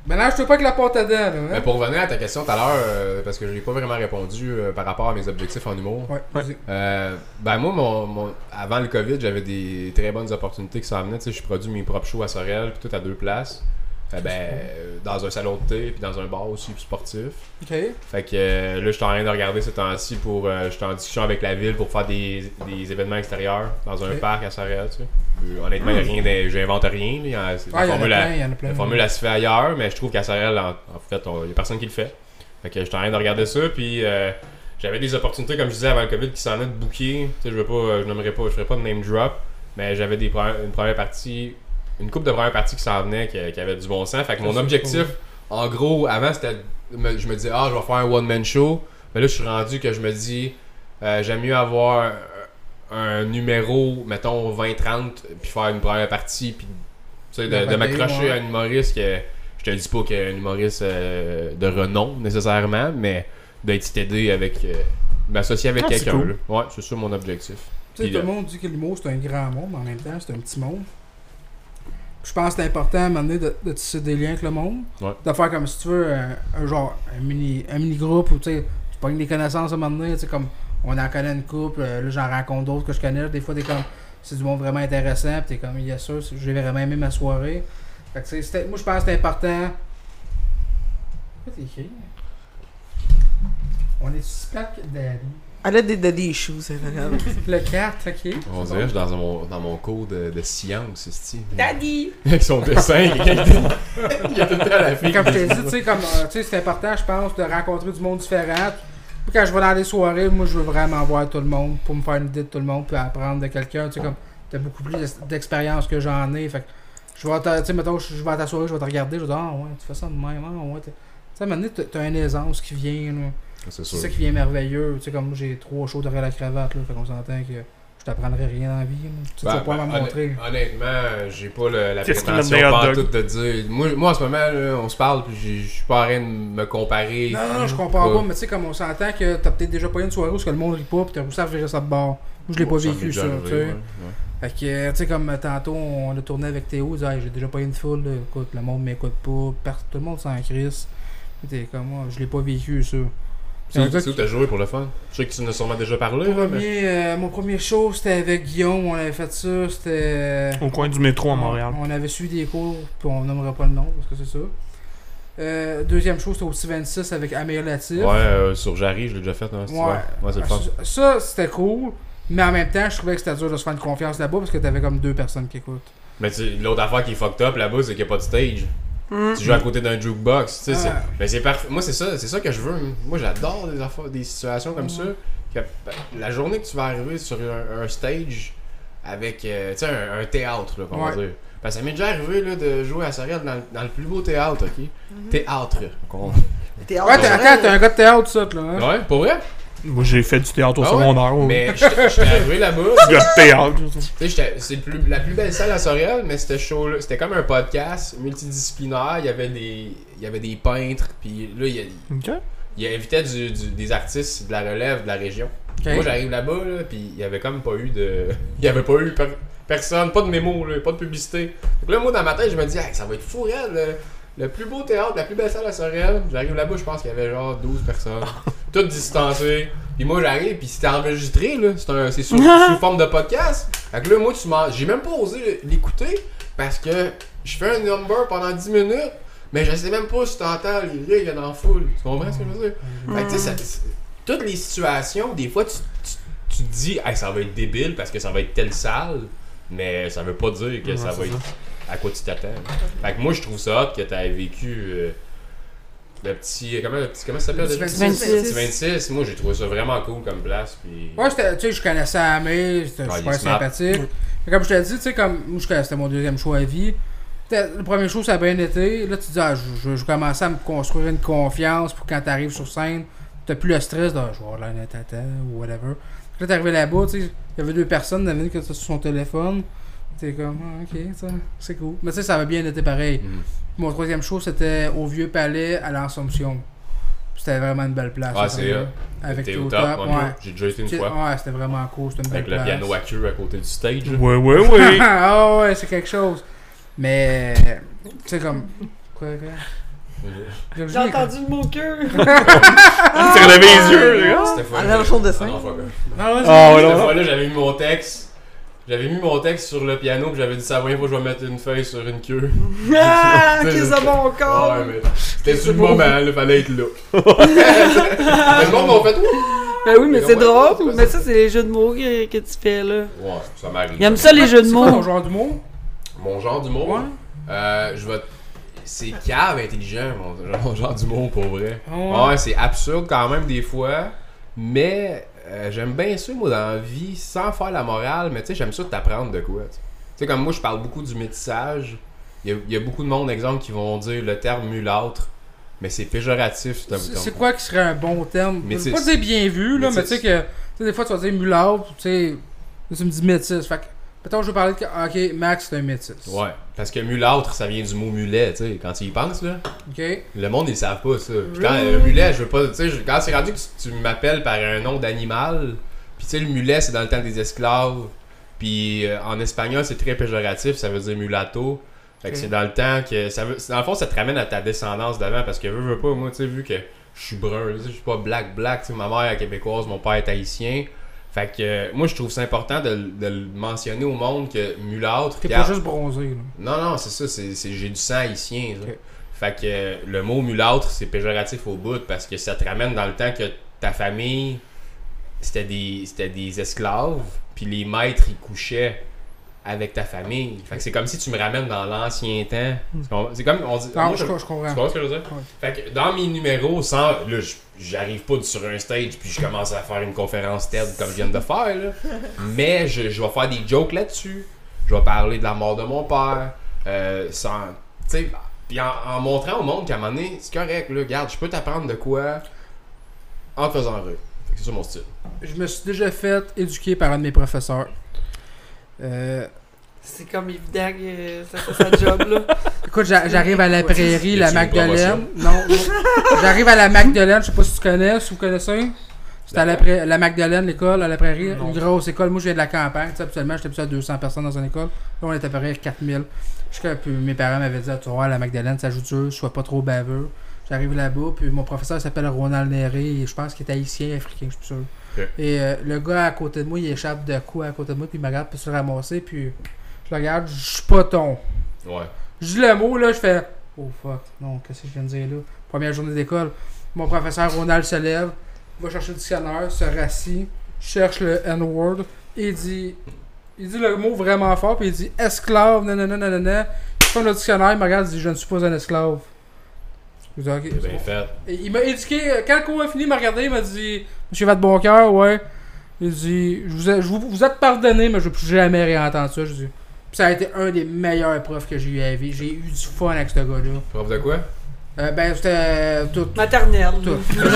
Ben là, je te pas avec la porte à dents, là. Hein? Mais pour revenir à ta question tout à l'heure, parce que je n'ai pas vraiment répondu par rapport à mes objectifs en humour. Ouais, vas-y. Ben moi, avant le COVID, j'avais des très bonnes opportunités qui s'en venaient. Tu sais, je produis mes propres shows à Sorel, puis tout à 2 places. Dans un salon de thé, puis dans un bar aussi sportif. Ok. Fait que là, je suis en train de regarder ces temps-ci pour... je suis en discussion avec la ville pour faire des événements extérieurs dans un parc à Sorel, tu sais. Honnêtement, j'invente rien. Là. La formule, elle se fait ailleurs, mais je trouve qu'à Sorel, en fait, il n'y a personne qui le fait. Fait que je suis en train de regarder ça, puis j'avais des opportunités, comme je disais avant le COVID, qui s'en est de booker. Tu sais, je ferais pas de name drop, mais j'avais une première partie... Une couple de premières parties qui s'en venaient, qui avait du bon sens. Fait que mon objectif, en gros, avant, c'était... Je me disais, je vais faire un one-man show. Mais là, je suis rendu que je me dis, j'aime mieux avoir un numéro, mettons, 20-30, puis faire une première partie, puis de m'accrocher à un humoriste que... Je te dis pas qu'il y a un humoriste de renom, nécessairement, mais d'être stédé avec... m'associer avec quelqu'un. Cool. Ouais, c'est ça mon objectif. Tu sais, tout le monde dit que l'humour, c'est un grand monde, mais en même temps, c'est un petit monde. Je pense que c'est important à un moment donné de tisser des liens avec le monde. Ouais. De faire comme si tu veux un mini groupe où tu pognes des connaissances à un moment donné, tu sais, comme on en connaît une couple, là j'en rencontre d'autres que je connais, des fois t'es comme c'est du monde vraiment intéressant, pis t'es comme yes sûr, j'ai vraiment aimé ma soirée. Fait que moi je pense que c'est important. Pourquoi t'es écrit? On est sur plaque Daddy. Elle a des daddy issues, elle regarde. Le 4, ok. On dirait que je suis dans mon cours de science, c'est Daddy! avec son dessin, il y a tout le temps la fille. Comme je t'ai dit, tu sais, c'est important, je pense, de rencontrer du monde différent. Puis quand je vais dans des soirées, moi, je veux vraiment voir tout le monde pour me faire une idée de tout le monde, puis apprendre de quelqu'un. Tu sais, comme, t'as beaucoup plus d'expérience que j'en ai. Fait que, je vais, tu sais, mettons, je vais à ta soirée, je vais te regarder, je vais dire, ah ouais, tu fais ça de même, ah ouais. Tu sais, à un moment donné, t'as une aisance qui vient, là. C'est ça qui vient merveilleux. Tu sais, comme moi, j'ai 3 shows derrière la cravate, là. Fait qu'on s'entend que je t'apprendrai rien dans la vie, là. Tu vas pas m'en montrer. Honnêtement, j'ai pas la Qu'est-ce qui prétention met des hot pas dogs? tout de dire. Moi, en ce moment, là, on se parle, puis je suis pas en train de me comparer. Non, je comprends pas, mais tu sais, comme on s'entend que t'as peut-être déjà pas eu une soirée où le monde rit pas, pis t'as réussi à virer ça de bord. Moi, je l'ai pas vécu, ça, tu sais. Fait que, tu sais, comme tantôt, on a tourné avec Théo, il disait, hey, j'ai déjà pas eu une foule, là. Écoute, le monde m'écoute pas, tout le monde s'en crisse. T'es comme moi, je l'ai pas vécu, ça. C'est où t'as joué pour le fun? Je sais que tu en as sûrement déjà parlé. Mon premier show, c'était avec Guillaume, on avait fait ça, c'était... Au coin du métro à Montréal. On avait suivi des cours, puis on nommera pas le nom, parce que c'est ça. Deuxième show, c'était au C26 avec Amir Latif. Ouais, sur Jarry, je l'ai déjà fait. Hein, ouais, c'est le fun. Ça, c'était cool, mais en même temps, je trouvais que c'était dur de se faire une confiance là-bas, parce que t'avais comme 2 personnes qui écoutent. Mais l'autre affaire qui est fucked up là-bas, c'est qu'il n'y a pas de stage. Tu joues à côté d'un jukebox, tu sais, mais c'est parfait. Moi, c'est ça que je veux. Moi, j'adore des situations comme ça. La journée que tu vas arriver sur un stage avec, tu sais, un théâtre, là, on va dire. Parce que ça m'est déjà arrivé là, de jouer à Sorel dans le plus beau théâtre, ok? Théâtre. Ouais, t'es un gars de théâtre, ça, là. Hein? Ouais, pour vrai? Moi, j'ai fait du théâtre au secondaire. Ouais. Mais j'étais arrivé là-bas. Du gars de théâtre. C'est la plus belle salle à Sorel, mais c'était comme un podcast multidisciplinaire. Il y avait des peintres, puis là, il invitait des artistes de la relève de la région. Okay. Moi, j'arrive là-bas, là, puis il y avait comme pas eu de... Il y avait pas eu personne, pas de mémo, là, pas de publicité. Donc là, moi, dans ma tête, je me dis, hey, ça va être fou, le plus beau théâtre, la plus belle salle à Sorel. J'arrive là-bas, je pense qu'il y avait genre 12 personnes. Toutes distancées. Puis moi, j'arrive, puis c'était enregistré, là. C'est sous forme de podcast. Fait que là, moi, j'ai même pas osé l'écouter parce que je fais un number pendant 10 minutes, mais je sais même pas si t'entends les rires qu'il y a dans la foule. Tu comprends ce que je veux dire? Fait que tu sais, toutes les situations, des fois, tu te dis, hey, ça va être débile parce que ça va être telle salle, mais ça veut pas dire que ça va être à quoi tu t'attends. Fait que moi, je trouve ça hot que t'aies vécu le petit. Comment ça s'appelle? Le 26. Moi, j'ai trouvé ça vraiment cool comme place. Puis... Ouais, tu sais, je connaissais Amé, c'était super sympathique. Comme je te dis, tu sais, comme moi, c'était mon deuxième choix à vie. Le premier show, ça a bien été. Là, tu te dis, je commençais à me construire une confiance pour quand t'arrives sur scène, t'as plus le stress de je vais avoir l'air d'un tata ou whatever. Là, t'es arrivé là-bas, tu sais, il y avait 2 personnes, il y en a une qui était sur son téléphone. T'es comme, ok, ça, c'est cool. Mais tu sais, ça va bien été pareil. Mon troisième show, c'était au Vieux Palais à l'Assomption. C'était vraiment une belle place. Ah, c'est avec Théo Top. Ouais. J'ai déjà été une fois. Ouais, c'était vraiment cool. C'était une belle place. Avec le piano à queue à côté du stage. Ouais. Ah ouais, c'est quelque chose. Mais, tu sais, comme. Quoi? J'ai entendu le mot queue. Il s'est relevé les yeux, les gars. Cette fois, En allant sur le dessin. Ah non, fuck. Ah, ouais, Ah, ouais, Cette non. fois-là, j'avais mis mon texte. J'avais mis mon texte sur le piano, puis j'avais dit ça va, il faut que je vais mettre une feuille sur une queue. Ah, qu'est-ce que bon corps. Ouais, mais c'était sur le moment, il fallait être là. Mais le monde m'a fait Ben oui, mais Mais c'est ouais, drôle. c'est pas Mais ça. ça, c'est les jeux de mots que tu fais, là. Ouais, ça m'arrive. Il aime ça, les jeux de C'est quoi ton mots. genre d'humour? Mon genre d'humour, Ouais. je vais. C'est cave intelligent, mon genre d'humour pour vrai. Ouais. Ouais, c'est absurde quand même des fois, mais j'aime bien ça, moi, dans la vie, sans faire la morale, mais tu sais, j'aime ça de t'apprendre de quoi. Tu sais, comme moi, je parle beaucoup du métissage. Il y a beaucoup de monde, exemple, qui vont dire le terme mulâtre, mais c'est péjoratif. C'est quoi qui serait un bon terme? Je veux Métis. pas dire bien vu, là, mais tu Métis. sais que. Tu sais, des fois, tu vas dire mulâtre, tu sais. Tu me dis métis. Fait que. Peut-être je veux parler de. Ok, Max, c'est un métis. Ouais, parce que mulâtre, ça vient du mot mulet, tu sais, quand tu y penses, là. Ok. Le monde, ils savent pas ça. Puis quand Really? le mulet, je veux pas. Tu sais, quand c'est rendu que tu m'appelles par un nom d'animal, puis tu sais, le mulet, c'est dans le temps des esclaves. Puis en espagnol, c'est très péjoratif, ça veut dire mulatto. Fait que Ok. c'est dans le temps que. Ça veut, dans le fond, ça te ramène à ta descendance d'avant, parce que veux pas, moi, tu sais, vu que je suis brun, tu sais, je suis pas black, tu sais, ma mère est québécoise, mon père est haïtien. Fait que moi, je trouve ça important de le mentionner au monde que mulâtre. T'es pas regarde, juste bronzé, là. non, c'est ça, j'ai du sang haïtien. Ça. Ok. Fait que le mot mulâtre, c'est péjoratif au bout parce que ça te ramène dans le temps que ta famille, c'était des esclaves, puis les maîtres, ils couchaient avec ta famille. Fait que c'est comme si tu me ramènes dans l'ancien temps. C'est comme, on dit... Non, moi, je tu comprends. comprends ce que je veux dire? Ouais. Fait que dans mes numéros, là, j'arrive pas sur un stage puis je commence à faire une conférence TED comme je viens de faire, là. Mais je vais faire des jokes là-dessus. Je vais parler de la mort de mon père. Sans... Tu sais, puis en montrant au monde qu'à un moment donné, c'est correct, là, regarde, je peux t'apprendre de quoi en te faisant rire. Fait que c'est ça mon style. Je me suis déjà fait éduquer par un de mes professeurs. C'est comme évident que ça fait sa job, là. Écoute, j'arrive à la prairie, la Y a-tu une Magdeleine. Non. J'arrive à la Magdeleine, je sais pas si tu connais, si vous connaissez. C'était à la Magdeleine, l'école, à la prairie. Non. Une grosse école. Moi, je viens de la campagne. Tu sais, habituellement, j'étais plus à 200 personnes dans une école. Là, on était à peu près 4000. Puis mes parents m'avaient dit, tu vois, la Magdeleine, ça joue dur, sois pas trop baveux. J'arrive là-bas, puis mon professeur s'appelle Ronald Néré, et je pense qu'il est haïtien, africain, je suis sûr. Ok. Et le gars à côté de moi, il échappe de quoi à côté de moi, puis il me regarde, puis se le ramasser, puis je le regarde, je suis pas ton. Ouais. Je dis le mot, là, je fais oh fuck, non, qu'est-ce que je viens de dire là? Première journée d'école, mon professeur Ronald se lève, va chercher le dictionnaire, se rassit, cherche le N-word, et il dit le mot vraiment fort, puis il dit esclave, nanana. Il prend le dictionnaire, il me regarde, il dit je ne suis pas un esclave. Je dis ok. C'est bien fait. Et il m'a éduqué, quand le cours a fini, il m'a regardé, il m'a dit Monsieur Vadeboncoeur, ouais. Il dit vous êtes pardonné, mais je ne veux plus jamais réentendre ça. Je dis. Puis ça a été un des meilleurs profs que j'ai eu à la vie. J'ai eu du fun avec ce gars-là. Prof de quoi? Ben, c'était tout. Maternelle. Tout.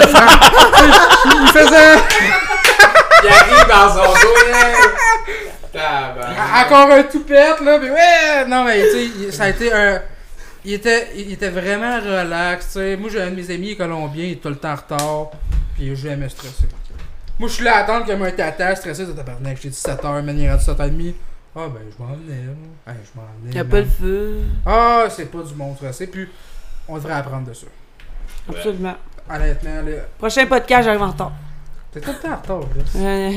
Il faisait. Il arrive dans son dos, tabarnak. Encore un toupette, là. Puis ouais! Non, mais tu sais, ça a été un. Il était vraiment relax, tu sais. Moi, j'ai un de mes amis colombien, il est tout le temps en retard. Puis il est jamais stressé. Moi, je suis là à attendre comme un tata stressé. Ça tabarnak, j'ai 17h, man, il est rendu 7h30. Ah, ben, je m'en venais, là. Hey, je m'en venais. Il y a man. pas le feu. Ah, c'est pas du monde stressé. Puis, on devrait apprendre de ça. Absolument. Honnêtement, là. Prochain podcast, j'arrive en retard. T'es tout le temps en retard, là.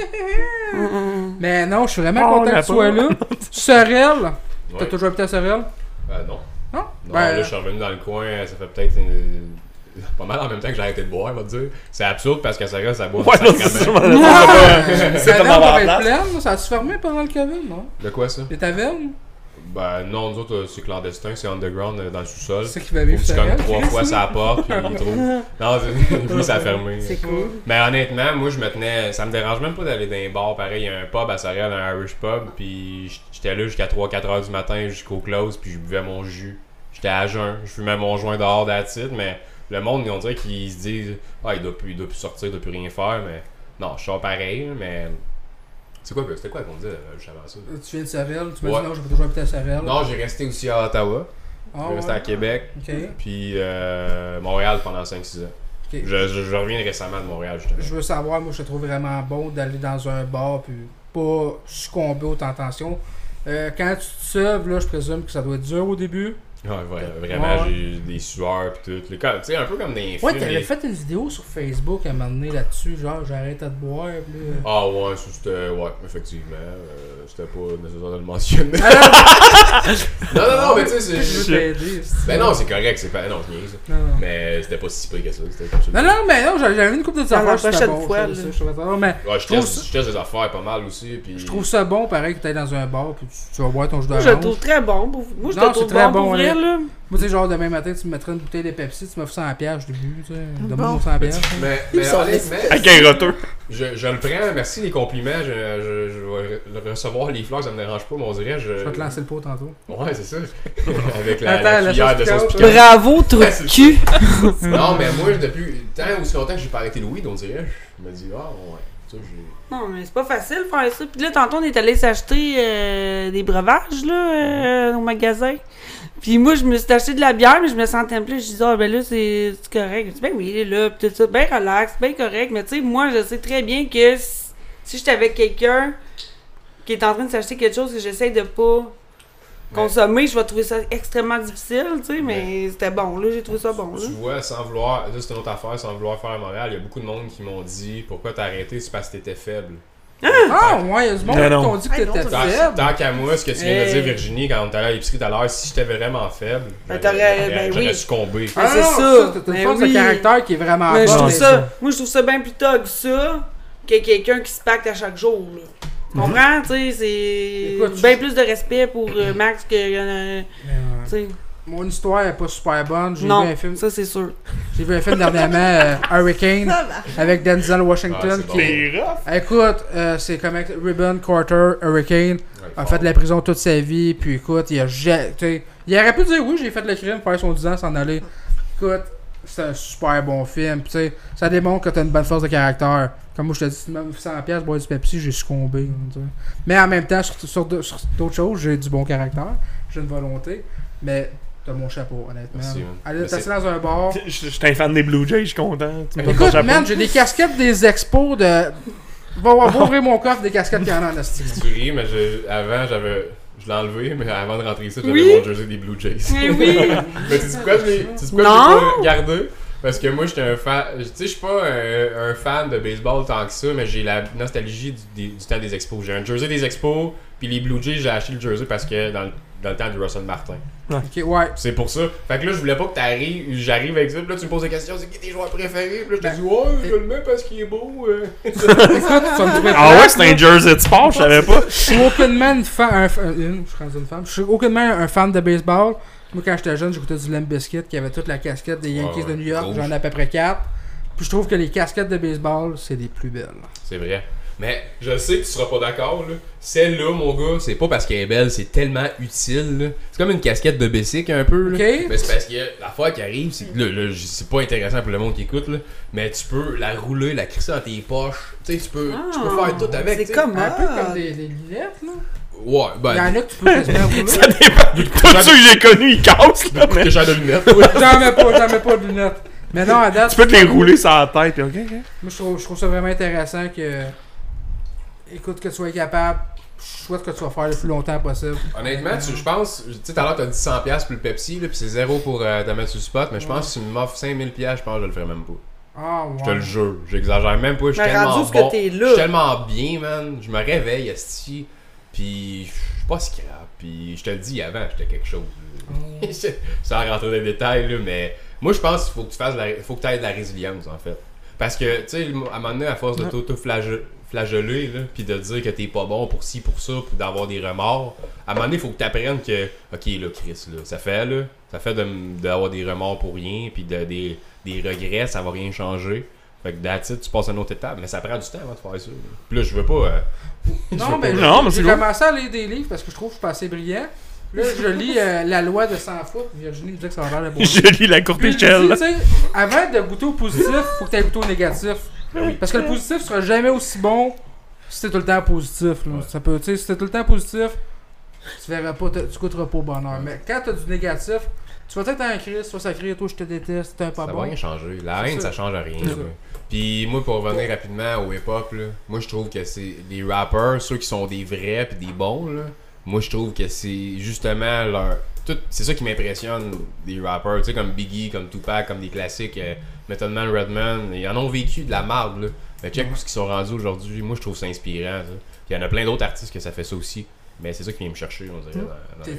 Euh, Mais non, je suis vraiment Oh, content on a que tu sois pas. là. Sorel. T'as Ouais. toujours habité à Sorel? Non. Non? Non, Ben, là, je suis revenu dans le coin, ça fait peut-être pas mal en même temps que j'ai arrêté de boire, on va te dire. C'est absurde parce que ça reste à boire. Ouais, non, c'est sacrément. sûrement. C'est La comme taverne avoir va la être place. pleine, ça a-tu fermé pendant le COVID, non? De quoi ça? Les tavernes? Ben non, nous autres, c'est clandestin, c'est underground dans le sous-sol. C'est ça qui va Faut vivre que tu Sorel. cognes 3 fois sa porte, puis il trouve. Non, puis ça a fermé. C'est cool. Mais honnêtement, moi je me tenais. Ça me dérange même pas d'aller dans un bar. Pareil, il y a un pub à Sorel, un Irish pub. Puis j'étais là jusqu'à 3-4 heures du matin jusqu'au close. Puis je buvais mon jus. J'étais à jeun. Je fumais mon joint dehors d'attitude. Mais le monde, on dirait qu'ils se disent ah, il doit plus sortir, il doit plus rien faire. Mais non, je sors pareil. Mais. C'était quoi qu'on disait juste avant ça? Tu viens de Sorel? Tu m'as Ouais. dit non, je vais toujours habiter à Sorel. Non, j'ai resté aussi à Ottawa. Ah, J'ai resté ouais. à Québec. Ok. Puis Montréal pendant 5-6 ans. Ok. Je reviens récemment de Montréal, justement. Je veux savoir, moi je te trouve vraiment bon d'aller dans un bar puis pas succomber aux tentations. Quand tu te sauves, là, je présume que ça doit être dur au début. Vraiment, Ouais. j'ai des sueurs pis tout. Tu sais, un peu comme dans les Ouais, films. t'avais fait une vidéo sur Facebook à un moment donné là-dessus, genre j'arrête de boire, pis là. Ah ouais, ça c'était. Ouais, effectivement. C'était pas nécessaire de le mentionner. non, mais tu sais, Je c'est. veux t'aider. Ben non, c'est correct, c'est pas. Non, je niaise. Non, non. Mais c'était pas si pire que ça. C'était comme ça. Non, mais non, j'avais une couple de Dans la affaires, c'était prochaine bon. fois, ça, là. je trouvais ça bon, mais Ouais, je trouve teste des affaires pas mal aussi. Puis... je trouve ça bon, pareil, que t'ailles dans un bar, puis tu vas boire ton jus Moi, d'orange. je le trouve très bon. Moi, je Non, le trouve c'est très bon bon, pour vrai, là. là. Moi, tu sais, genre, demain matin, tu me mettrais une bouteille de Pepsi, tu m'offres 100$, je l'ai vu, tu sais. Donne-moi mon 100$. Mais sont honnêtement, Avec un roteux. je le prends, merci les compliments. Je vais recevoir les fleurs, ça me dérange pas, mais on dirait. Je vais te lancer le pot tantôt. Ouais, c'est ça. Avec Attends, la la cuillère sauce de sauce piquante, piquante. Bravo, trou Ouais, de c'est cul. Non, mais moi, depuis tant aussi longtemps que j'ai pas arrêté le weed, on dirait, je me dis, ah ouais, ça j'ai. Non, mais c'est pas facile de faire ça. Puis là, tantôt, on est allé s'acheter des breuvages, là, au magasin. Puis moi, je me suis acheté de la bière, mais je me sentais plus. Je disais, ah, ben là, c'est correct. Je dis, ben oui, il est là, pis tout ça, ben relax, ben correct. Mais tu sais, moi, je sais très bien que si j'étais avec quelqu'un qui est en train de s'acheter quelque chose que j'essaye de pas consommer, je vais trouver ça extrêmement difficile, tu sais, mais c'était bon, là, j'ai trouvé ça bon, là. Tu vois, sans vouloir, ça c'est une autre affaire, sans vouloir faire à Montréal, il y a beaucoup de monde qui m'ont dit pourquoi t'as arrêté, c'est parce que t'étais faible. Ah, ouais, il y a du monde qui Non, t'ont dit que Hey, non, t'étais ça- faible. Tant qu'à moi, ce que tu viens de Hey. dire, Virginie, quand on était allé à l'épicerie tout à l'heure, si j'étais vraiment faible, Ben, ben j'aurais oui. succombé. Ah, c'est non, ça. T'as une Mais force oui. de caractère qui est vraiment Mais je bonne. trouve Ouais, ça, moi, je trouve ça bien plus tog ça que quelqu'un qui se pacte à chaque jour, là. Tu comprends? Tu sais, c'est Écoute, bien plus de respect pour Max que. Tu sais. Mon histoire est pas super bonne. J'ai vu Non, un film. ça, c'est sûr. J'ai vu un film dernièrement, Hurricane, avec Denzel Washington. Ah, c'est qui est- C'est rough. Écoute, c'est comme Ribbon, Carter, Hurricane. A fait de la prison toute sa vie, puis écoute, il aurait pu dire oui, j'ai fait le crime, faire son 10 ans, s'en aller. Écoute, c'est un super bon film, puis tu sais, ça démontre que t'as une bonne force de caractère. Comme moi, je te dis, si tu m'as 100$, boire du Pepsi, j'ai succombé. Tu sais. Mais en même temps, sur d'autres choses, j'ai du bon caractère, j'ai une volonté, mais t'as mon chapeau, honnêtement. Merci, man. Aller Mais t'asseoir dans un bar. Je suis un fan des Blue Jays, je suis content. Tu me donnes ton Écoute, chapeau. man, j'ai des casquettes des expos de. Va ouvrir mon coffre des casquettes qu'il y en a en esti. Tu ris, mais avant, je l'ai enlevé, mais avant de rentrer ici, j'avais Oui. mon jersey des Blue Jays. Mais oui! Mais tu sais pourquoi je l'ai Non. pas gardé? Parce que moi, j'étais un fan. Tu sais, je suis pas un fan de baseball tant que ça, mais j'ai la nostalgie du temps des expos. J'ai un jersey des expos, puis les Blue Jays, j'ai acheté le jersey parce que dans le temps du Russell Martin. Ok, ouais. C'est pour ça. Fait que là, je voulais pas que j'arrive avec ça. Puis là, tu me poses des questions, c'est qui tes joueurs préférés? Puis là, je te dis, ouais, je le mets parce qu'il est beau. Écoute, tu vas me trouver Ah ouais, plate, c'est là. un jersey de sport, je savais pas. Je suis aucunement une fan. Je suis rendu une femme. Je suis aucunement un fan de baseball. Moi, quand j'étais jeune, j'écoutais du Limp Bizkit qui avait toute la casquette des Yankees Ouais, de New York. rouge. J'en ai à peu près 4. Puis je trouve que les casquettes de baseball, c'est les plus belles. C'est vrai. Mais je sais que tu seras pas d'accord, là. Celle-là, mon gars, c'est pas parce qu'elle est belle, c'est tellement utile, là. C'est comme une casquette de Bessic, un peu, là. Ok. Mais c'est parce que l'affaire qui arrive, c'est que là, c'est pas intéressant pour le monde qui écoute, là. Mais tu peux la rouler, la crisser dans tes poches. Tu sais, tu peux faire tout avec, C'est tu sais. comme Un peu comme des lunettes, là. Ouais, Il y en ben. a que tu peux quasiment rouler. Ça dépend. Tous ceux que j'ai connus, ils cassent, là. Que Mais j'ai de lunettes, ouais. J'en mets pas de lunettes. Mais non, à date. tu peux te les rouler sur la tête, ok? Moi, je trouve ça vraiment intéressant que. Écoute, que tu sois capable. Je souhaite que tu vas faire le plus longtemps possible. Honnêtement, je pense, tu sais, tout à l'heure, t'as dit 100$ pour le Pepsi, là, pis c'est 0 pour te mettre sur le spot, mais je pense que si tu m'offres 5000$, je pense que je le ferais même pas. Ah, ouais. Je te le jure, j'exagère même pas, je suis Mais tellement rendu où ce que bon. t'es Je là. suis tellement bien, man. Je me réveille, esti, pis je suis pas scrap, pis je te le dis avant, j'étais quelque chose. Sans rentrer dans les détails, là, mais moi, je pense qu'il faut que tu fasses faut que tu aies de la résilience, en fait. Parce que, tu sais, à un moment donné, à force de t'auto-flageller, là, pis de dire que t'es pas bon pour ci, pour ça, pis d'avoir des remords, à un moment donné, il faut que tu apprennes que, ok, là, Chris, là, ça fait d'avoir des remords pour rien, pis des regrets, ça va rien changer. Fait que that's it, tu passes à une autre étape, mais ça prend du temps avant de faire ça. Là. Puis là, je veux pas. Non, mais Non, mais j'ai c'est cool. commencé à lire des livres parce que je trouve que je suis pas assez brillant. Là, je lis La loi de 100 foot. Virginie me dit que ça a l'air de bon. Je lis la courte Puis je dis, échelle. tu sais, avant de goûter au positif, faut que tu aies goûté au négatif. Parce que le positif sera jamais aussi bon si t'es tout le temps positif. Là. Ça peut, tu sais, si t'es tout le temps positif, tu verras pas, tu goûteras pas au bonheur. Mais quand t'as du négatif, tu vas être en crise, tu vas s'écrire, toi je te déteste, t'es un pas Ça va bon. rien changer. La C'est haine, ça. ça change rien. C'est ça. là. Puis moi, pour revenir rapidement au hip-hop, là, moi je trouve que c'est les rappers, ceux qui sont des vrais pis des bons, là, moi je trouve que c'est justement leur... C'est ça qui m'impressionne des rappers, tu sais, comme Biggie, comme Tupac, comme des classiques, Method Man, Redman, ils en ont vécu de la marde, là. Mais check où ils sont rendus aujourd'hui, moi je trouve ça inspirant, ça. Puis il y en a plein d'autres artistes que ça fait ça aussi, mais c'est ça qui vient me chercher, on dirait.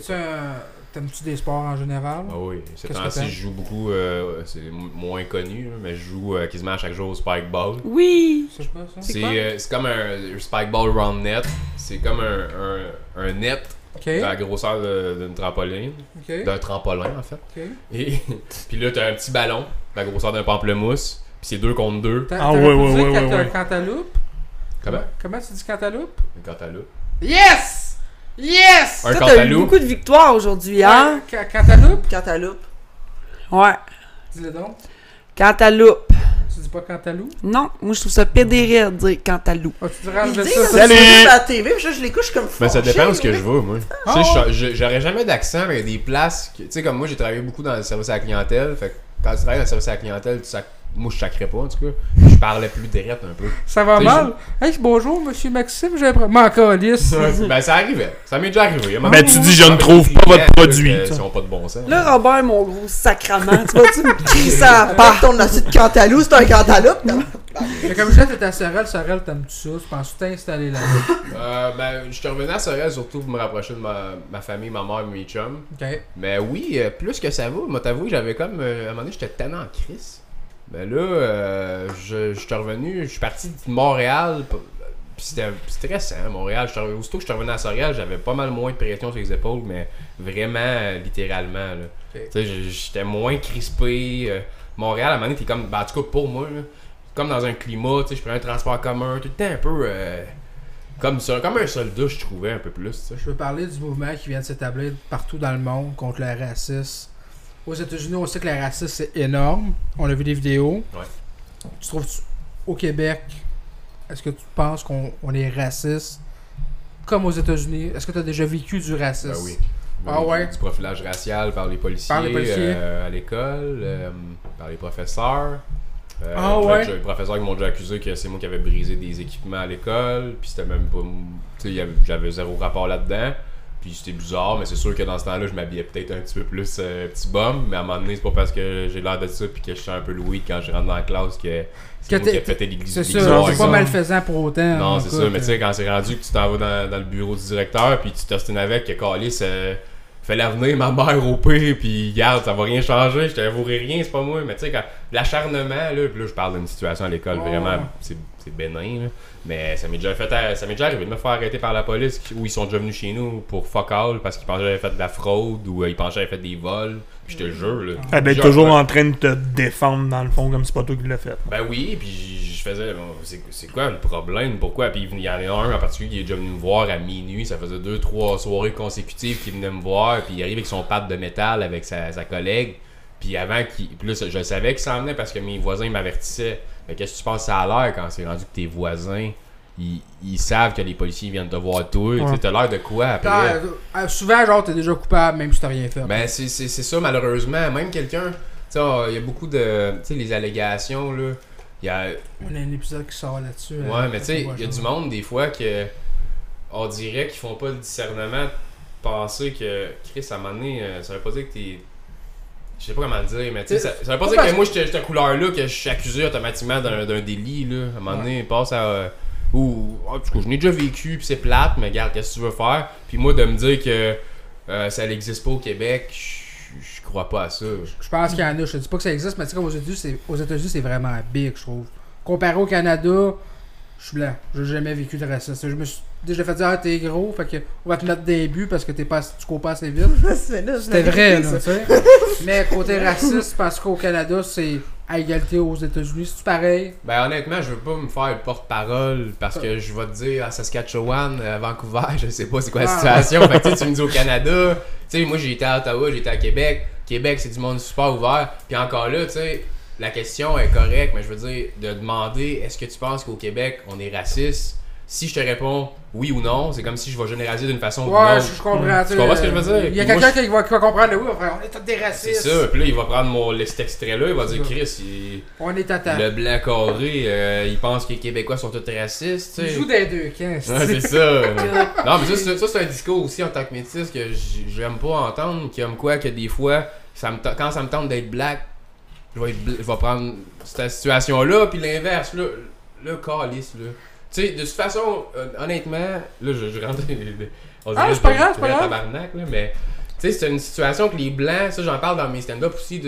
T'aimes-tu des sports en général? Ah oui, ces Qu'est-ce que temps-ci t'aimes? je joue beaucoup, c'est moins connu, là, mais je joue quasiment à chaque jour au Spike Ball. Oui! C'est quoi ça? C'est comme un Spike Ball round net, c'est comme un net Ok. de la grosseur d'une trampoline, Ok. d'un trampolin en fait. Ok. Et puis là, t'as un petit ballon, de la grosseur d'un pamplemousse, puis c'est 2 contre 2. Ah ouais. Cantaloupe? Comment? Comment tu dis cantaloupe? Un cantaloupe. Yes! Yes! Un Toi, t'as eu cantaloupe. beaucoup de victoires aujourd'hui, hein? Cantaloupe? Cantaloupe. Ouais. Dis-le donc. Cantaloupe. Tu dis pas cantaloupe? Non, moi je trouve ça pédéré de dire cantaloupe. Ah, tu dirais Il enlever dit ça. ça ça. Salut! à la TV, puis je l'écoute, je suis comme Ben ça fâché, dépend où ce que là. je veux, moi. Ah Tu sais, j'aurais jamais d'accent, mais il y a des places... Tu sais, comme moi, j'ai travaillé beaucoup dans le service à la clientèle, fait que quand tu travailles dans le service à la clientèle, moi, je sacrais pas, en tout cas. Je parlais plus direct un peu. Ça va T'sais, mal? Hey, bonjour, monsieur Maxime, j'ai m'en calisse. Ben, ça arrivait. Ça m'est déjà arrivé. Ben, tu dis, je ne trouve pas votre produit. Ils ont pas de bon sens. Là, Robert, mon gros sacrament, tu vas-tu me crier ça à Pas part? ton assiette de cantaloupe, c'est un cantaloupe. non? Mais comme je disais, t'es à Sorel, t'aimes-tu ça? Tu penses que t'installer là? Ben, je suis revenu à Sorel surtout pour me rapprocher de ma famille, ma mère et mes chums. Ok. Mais oui, plus que ça va, moi t'avoue, j'avais comme... à un moment donné, j'étais tellement en crise. Ben là, je suis revenu, je suis parti de Montréal, puis c'était stressant, Montréal. Aussitôt que je suis revenu à Sorel, j'avais pas mal moins de pression sur les épaules, mais vraiment, littéralement, là. Ok. Tu sais, j'étais moins crispé. Montréal, à un moment donné, t'es comme... Ben, en tout cas, pour moi, là, comme dans un climat, tu sais, je prenais un transport commun, tout le temps un peu... comme un soldat, je trouvais un peu plus, tu sais. Je veux parler du mouvement qui vient de s'établir partout dans le monde contre le racisme. Aux États-Unis, on sait que le racisme c'est énorme. On a vu des vidéos. Ouais. Tu trouves au Québec, est-ce que tu penses qu'on est raciste comme aux États-Unis? Est-ce que tu as déjà vécu du racisme? Ben oui. Ah ouais? Du profilage racial par les policiers, Par les policiers. À l'école, par les professeurs. Ah ouais? J'ai des professeurs qui m'ont déjà accusé que c'est moi qui avais brisé des équipements à l'école, puis c'était même pas... Tu sais, j'avais zéro rapport là-dedans. Puis c'était bizarre, mais c'est sûr que dans ce temps-là, je m'habillais peut-être un petit peu plus petit bum, mais à un moment donné, c'est pas parce que j'ai l'air de ça puis que je suis un peu louis quand je rentre dans la classe que c'est moi qui ai pété l'église. C'est ça, l'histoire c'est avec pas ça. malfaisant pour autant. Non, c'est Écoute, ça, mais tu sais, quand c'est rendu que tu t'en vas dans le bureau du directeur puis tu t'ostines avec que Calis fait l'avenir, ma mère au pire, puis regarde, ça va rien changer, je t'avouerai rien, c'est pas moi, mais tu sais, quand l'acharnement, là, puis là, je parle d'une situation à l'école, Oh. vraiment, c'est bénin, là, mais ça m'est déjà arrivé de me faire arrêter par la police, où ils sont déjà venus chez nous pour fuck all, parce qu'ils pensaient que j'avais fait de la fraude, ou ils pensaient que j'avais fait des vols, puis je te jure, là. Elle doit être toujours en train de te défendre, dans le fond, comme c'est pas toi qui l'as fait. Ben oui, puis je faisais, bon, c'est quoi le problème, pourquoi? Puis il y en a un en particulier qui est déjà venu me voir à minuit, ça faisait 2-3 soirées consécutives qu'il venait me voir, puis il arrive avec son pad de métal avec sa collègue, puis avant puis là, je savais qu'il s'en venait parce que mes voisins m'avertissaient. Mais qu'est-ce que tu penses ça a l'air quand c'est rendu que tes voisins, ils savent que les policiers viennent te voir toi, tu sais, t'as l'air de quoi après? souvent, genre, t'es déjà coupable, même si t'as rien fait. Ben c'est ça malheureusement, même quelqu'un, tu sais, il y a beaucoup de, tu sais, les allégations, là, il y a... On a un épisode qui sort là-dessus. Ouais, mais tu sais, il y a du monde des fois que on dirait qu'ils font pas le discernement de penser que Chris, à un moment donné, ça veut pas dire que t'es... Je sais pas comment le dire, mais tu sais, ça veut pas dire que moi, cette couleur-là, que je suis accusé automatiquement d'un délit, là. À un moment donné, passe à... ou en tout cas, je n'ai déjà vécu, puis c'est plate, mais regarde, qu'est-ce que tu veux faire? Puis moi, de me dire que ça n'existe pas au Québec, je crois pas à ça. Je pense qu'il y en a. Je te dis pas que ça existe, mais tu sais, comme aux États-Unis, c'est vraiment big, je trouve. Comparé au Canada, je suis blanc. J'ai jamais vécu de racisme. Je me suis déjà fait dire, ah, t'es gros, fait que on va te mettre des buts parce que tu cours pas assez vite. C'était vrai, là, tu sais. Mais côté raciste, parce qu'au Canada, c'est à égalité aux États-Unis. C'est pareil. Ben honnêtement, je veux pas me faire le porte-parole parce que je vais te dire à Saskatchewan, à Vancouver, je sais pas c'est quoi la situation. Fait que tu me dis au Canada, tu sais, moi j'ai été à Ottawa, j'ai été à Québec. Québec, c'est du monde super ouvert. Puis encore là, tu sais, la question est correcte, mais je veux dire, de demander, est-ce que tu penses qu'au Québec, on est raciste? si je te réponds oui ou non, c'est comme si je vais généraliser d'une façon ou d'une Ouais, autre. je comprends. Tu comprends ce que je veux dire? Il y a Puis moi, quelqu'un qui va comprendre, oui, on est tous des C'est racistes. ça, puis là, il va prendre cet extrait-là, il va dire C'est ça. Chris, On est à le blanc carré, il pense que les Québécois sont tous racistes, tu Il sais. joue des deux camps. Ouais, c'est ça. Non, mais ça, c'est un discours aussi en tant que métis que j'aime pas entendre, comme quoi que des fois, quand ça me tente d'être black, je vais prendre cette situation-là, puis l'inverse, là, calice, là. Tu sais, de toute façon, honnêtement, là, je rentre. On dirait c'est pas que grave, c'est pas je grave. tabarnak, là, mais. Tu sais, c'est une situation que les blancs, ça j'en parle dans mes stand-up aussi,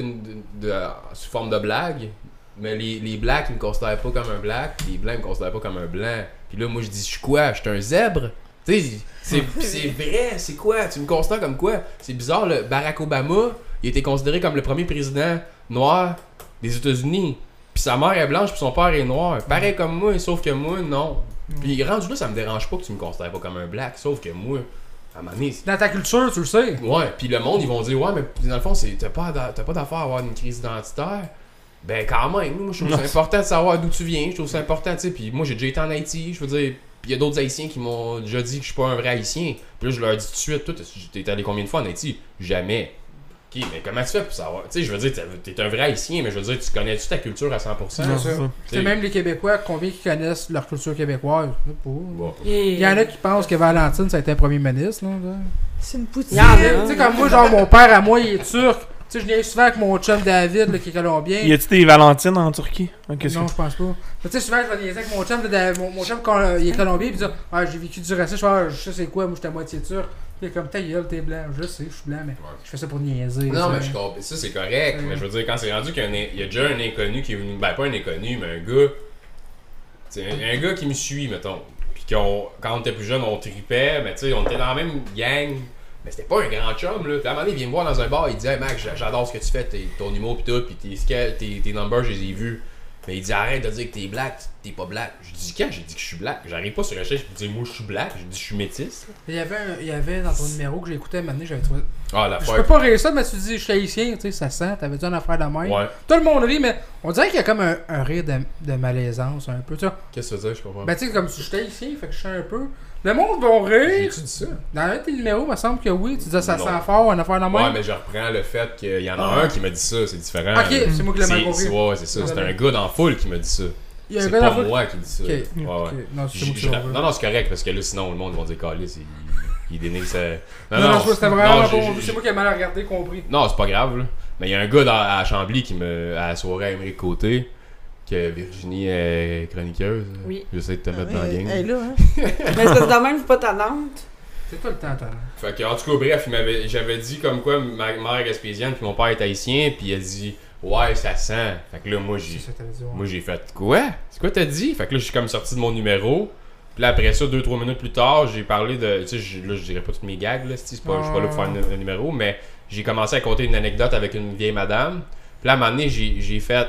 sous forme de blague, mais les blacks ils me considèrent pas comme un black, les blancs ils me considèrent pas comme un blanc. Puis là, moi je dis, je suis quoi? Je suis un zèbre? Tu sais, c'est vrai, c'est quoi? Tu me considères comme quoi? C'est bizarre, le Barack Obama, il a été considéré comme le premier président noir des États-Unis. Puis sa mère est blanche, puis son père est noir. Pareil comme moi, sauf que moi, non. Puis rendu là, ça me dérange pas que tu me considères pas comme un black, sauf que moi, à un moment donné, Dans ta culture, tu le sais. ouais, puis le monde, ils vont dire, ouais, mais dans le fond, t'as pas d'affaire à avoir une crise identitaire. Ben, quand même, moi, je trouve ça important de savoir d'où tu viens. Je trouve ça important, tu sais. Puis moi, j'ai déjà été en Haïti, je veux dire. Puis il y a d'autres Haïtiens qui m'ont déjà dit que je suis pas un vrai Haïtien. Puis là, je leur dis tout de suite, toi, t'es allé combien de fois en Haïti? Jamais. Ok, mais comment tu fais pour savoir? Tu sais, je veux dire, t'es un vrai Haïtien, mais je veux dire, tu connais-tu ta culture à 100%? Non, C'est c'est ça. ça. C'est même les Québécois, combien qui connaissent leur culture québécoise? Je sais pas. Bon. Il y en a qui pensent que Valentine, ça a été un premier ministre. Là. C'est une poutine. Il y en a. Tu sais, comme moi, genre, mon père à moi, il est turc. Tu sais, je viens souvent avec mon chum David, là, qui est colombien. Y a-tu des Valentines en Turquie? Ok, Non, je pense pas. Mais tu sais, souvent, je vais niaiser avec mon chum, mon chum quand il est colombien, puis il dit ah, j'ai vécu du racisme, je sais c'est quoi, moi, j'étais à moitié turc. Puis il est comme ta gueule, t'es blanc. Je sais, je suis blanc, mais je fais ça pour niaiser. Non, ça. mais je comprends. Ça, c'est correct. Mais je veux dire, quand c'est rendu qu'il y a déjà un inconnu qui est venu. Ben, pas un inconnu, mais un gars. Tu sais, un gars qui me suit, mettons. Puis quand on était plus jeune, on tripait, mais tu sais, on était dans la même gang. Mais c'était pas un grand chum, là. Puis à un moment donné, il vient me voir dans un bar, il dit hey, Mac, j'adore ce que tu fais, ton humour pis tout, pis tes numbers, je les ai vus. Mais il dit arrête de dire que t'es black, t'es pas black. Je dis quand j'ai dit que je suis black? J'arrive pas sur la chaise pour dire moi je suis black, je dis je suis métis. Il y avait dans ton numéro que j'ai écouté maintenant, j'avais trouvé. Ah, Je l'affaire. peux pas rire ça, mais tu dis je suis haïtien, tu sais, ça sent, t'avais dit une affaire de même. Ouais. Tout le monde rit, mais on dirait qu'il y a comme un rire de malaisance un peu, tu vois. Qu'est-ce que ça veut dire, je comprends. Ben tu sais, comme si j'étais haïtien, fait que je sais un peu. Le monde va rire. J'ai-tu dit ça? Dans un de tes numéros, il me semble que oui, tu disais ça Non. sent fort, une affaire de même. Ouais, mais je reprends le fait qu'il y en a un qui m'a dit ça, c'est différent. Ok, c'est moi qui l'ai mal compris. Ouais, c'est ça. C'est un gars dans la foule qui m'a dit ça. Il y a un C'est gars pas dans la foule- moi qui dis ça. Ok. Ouais, ouais. Ok. Non, c'est moi qui l'ai compris. Non, c'est correct parce que là, sinon, le monde va dire Calis, il dénigre ça. Non, c'était vraiment non, bon. C'est moi qui ai mal regardé, compris. Non, c'est pas grave, là. Mais il y a un gars à Chambly à la soirée à Émeric Côté, que Virginie est chroniqueuse. Oui. J'essaie de te mettre dans la game. Elle est là, hein. Mais c'est parce que de même, c'est pas tannante. C'est pas le temps, toi. Fait que, en tout cas, bref, j'avais dit comme quoi ma mère est gaspésienne, puis mon père est haïtien, puis il a dit ouais, ça sent. Fait que là, moi, C'est ça que t'avais dit, ouais. Moi j'ai fait quoi? C'est quoi t'as dit? Fait que là je suis comme sorti de mon numéro. Puis là après ça, 2-3 minutes plus tard, j'ai parlé de. Tu sais, là je dirais pas toutes mes gags, là, je suis pas là pour faire un numéro, mais j'ai commencé à conter une anecdote avec une vieille madame. Puis là à un moment donné, j'ai fait.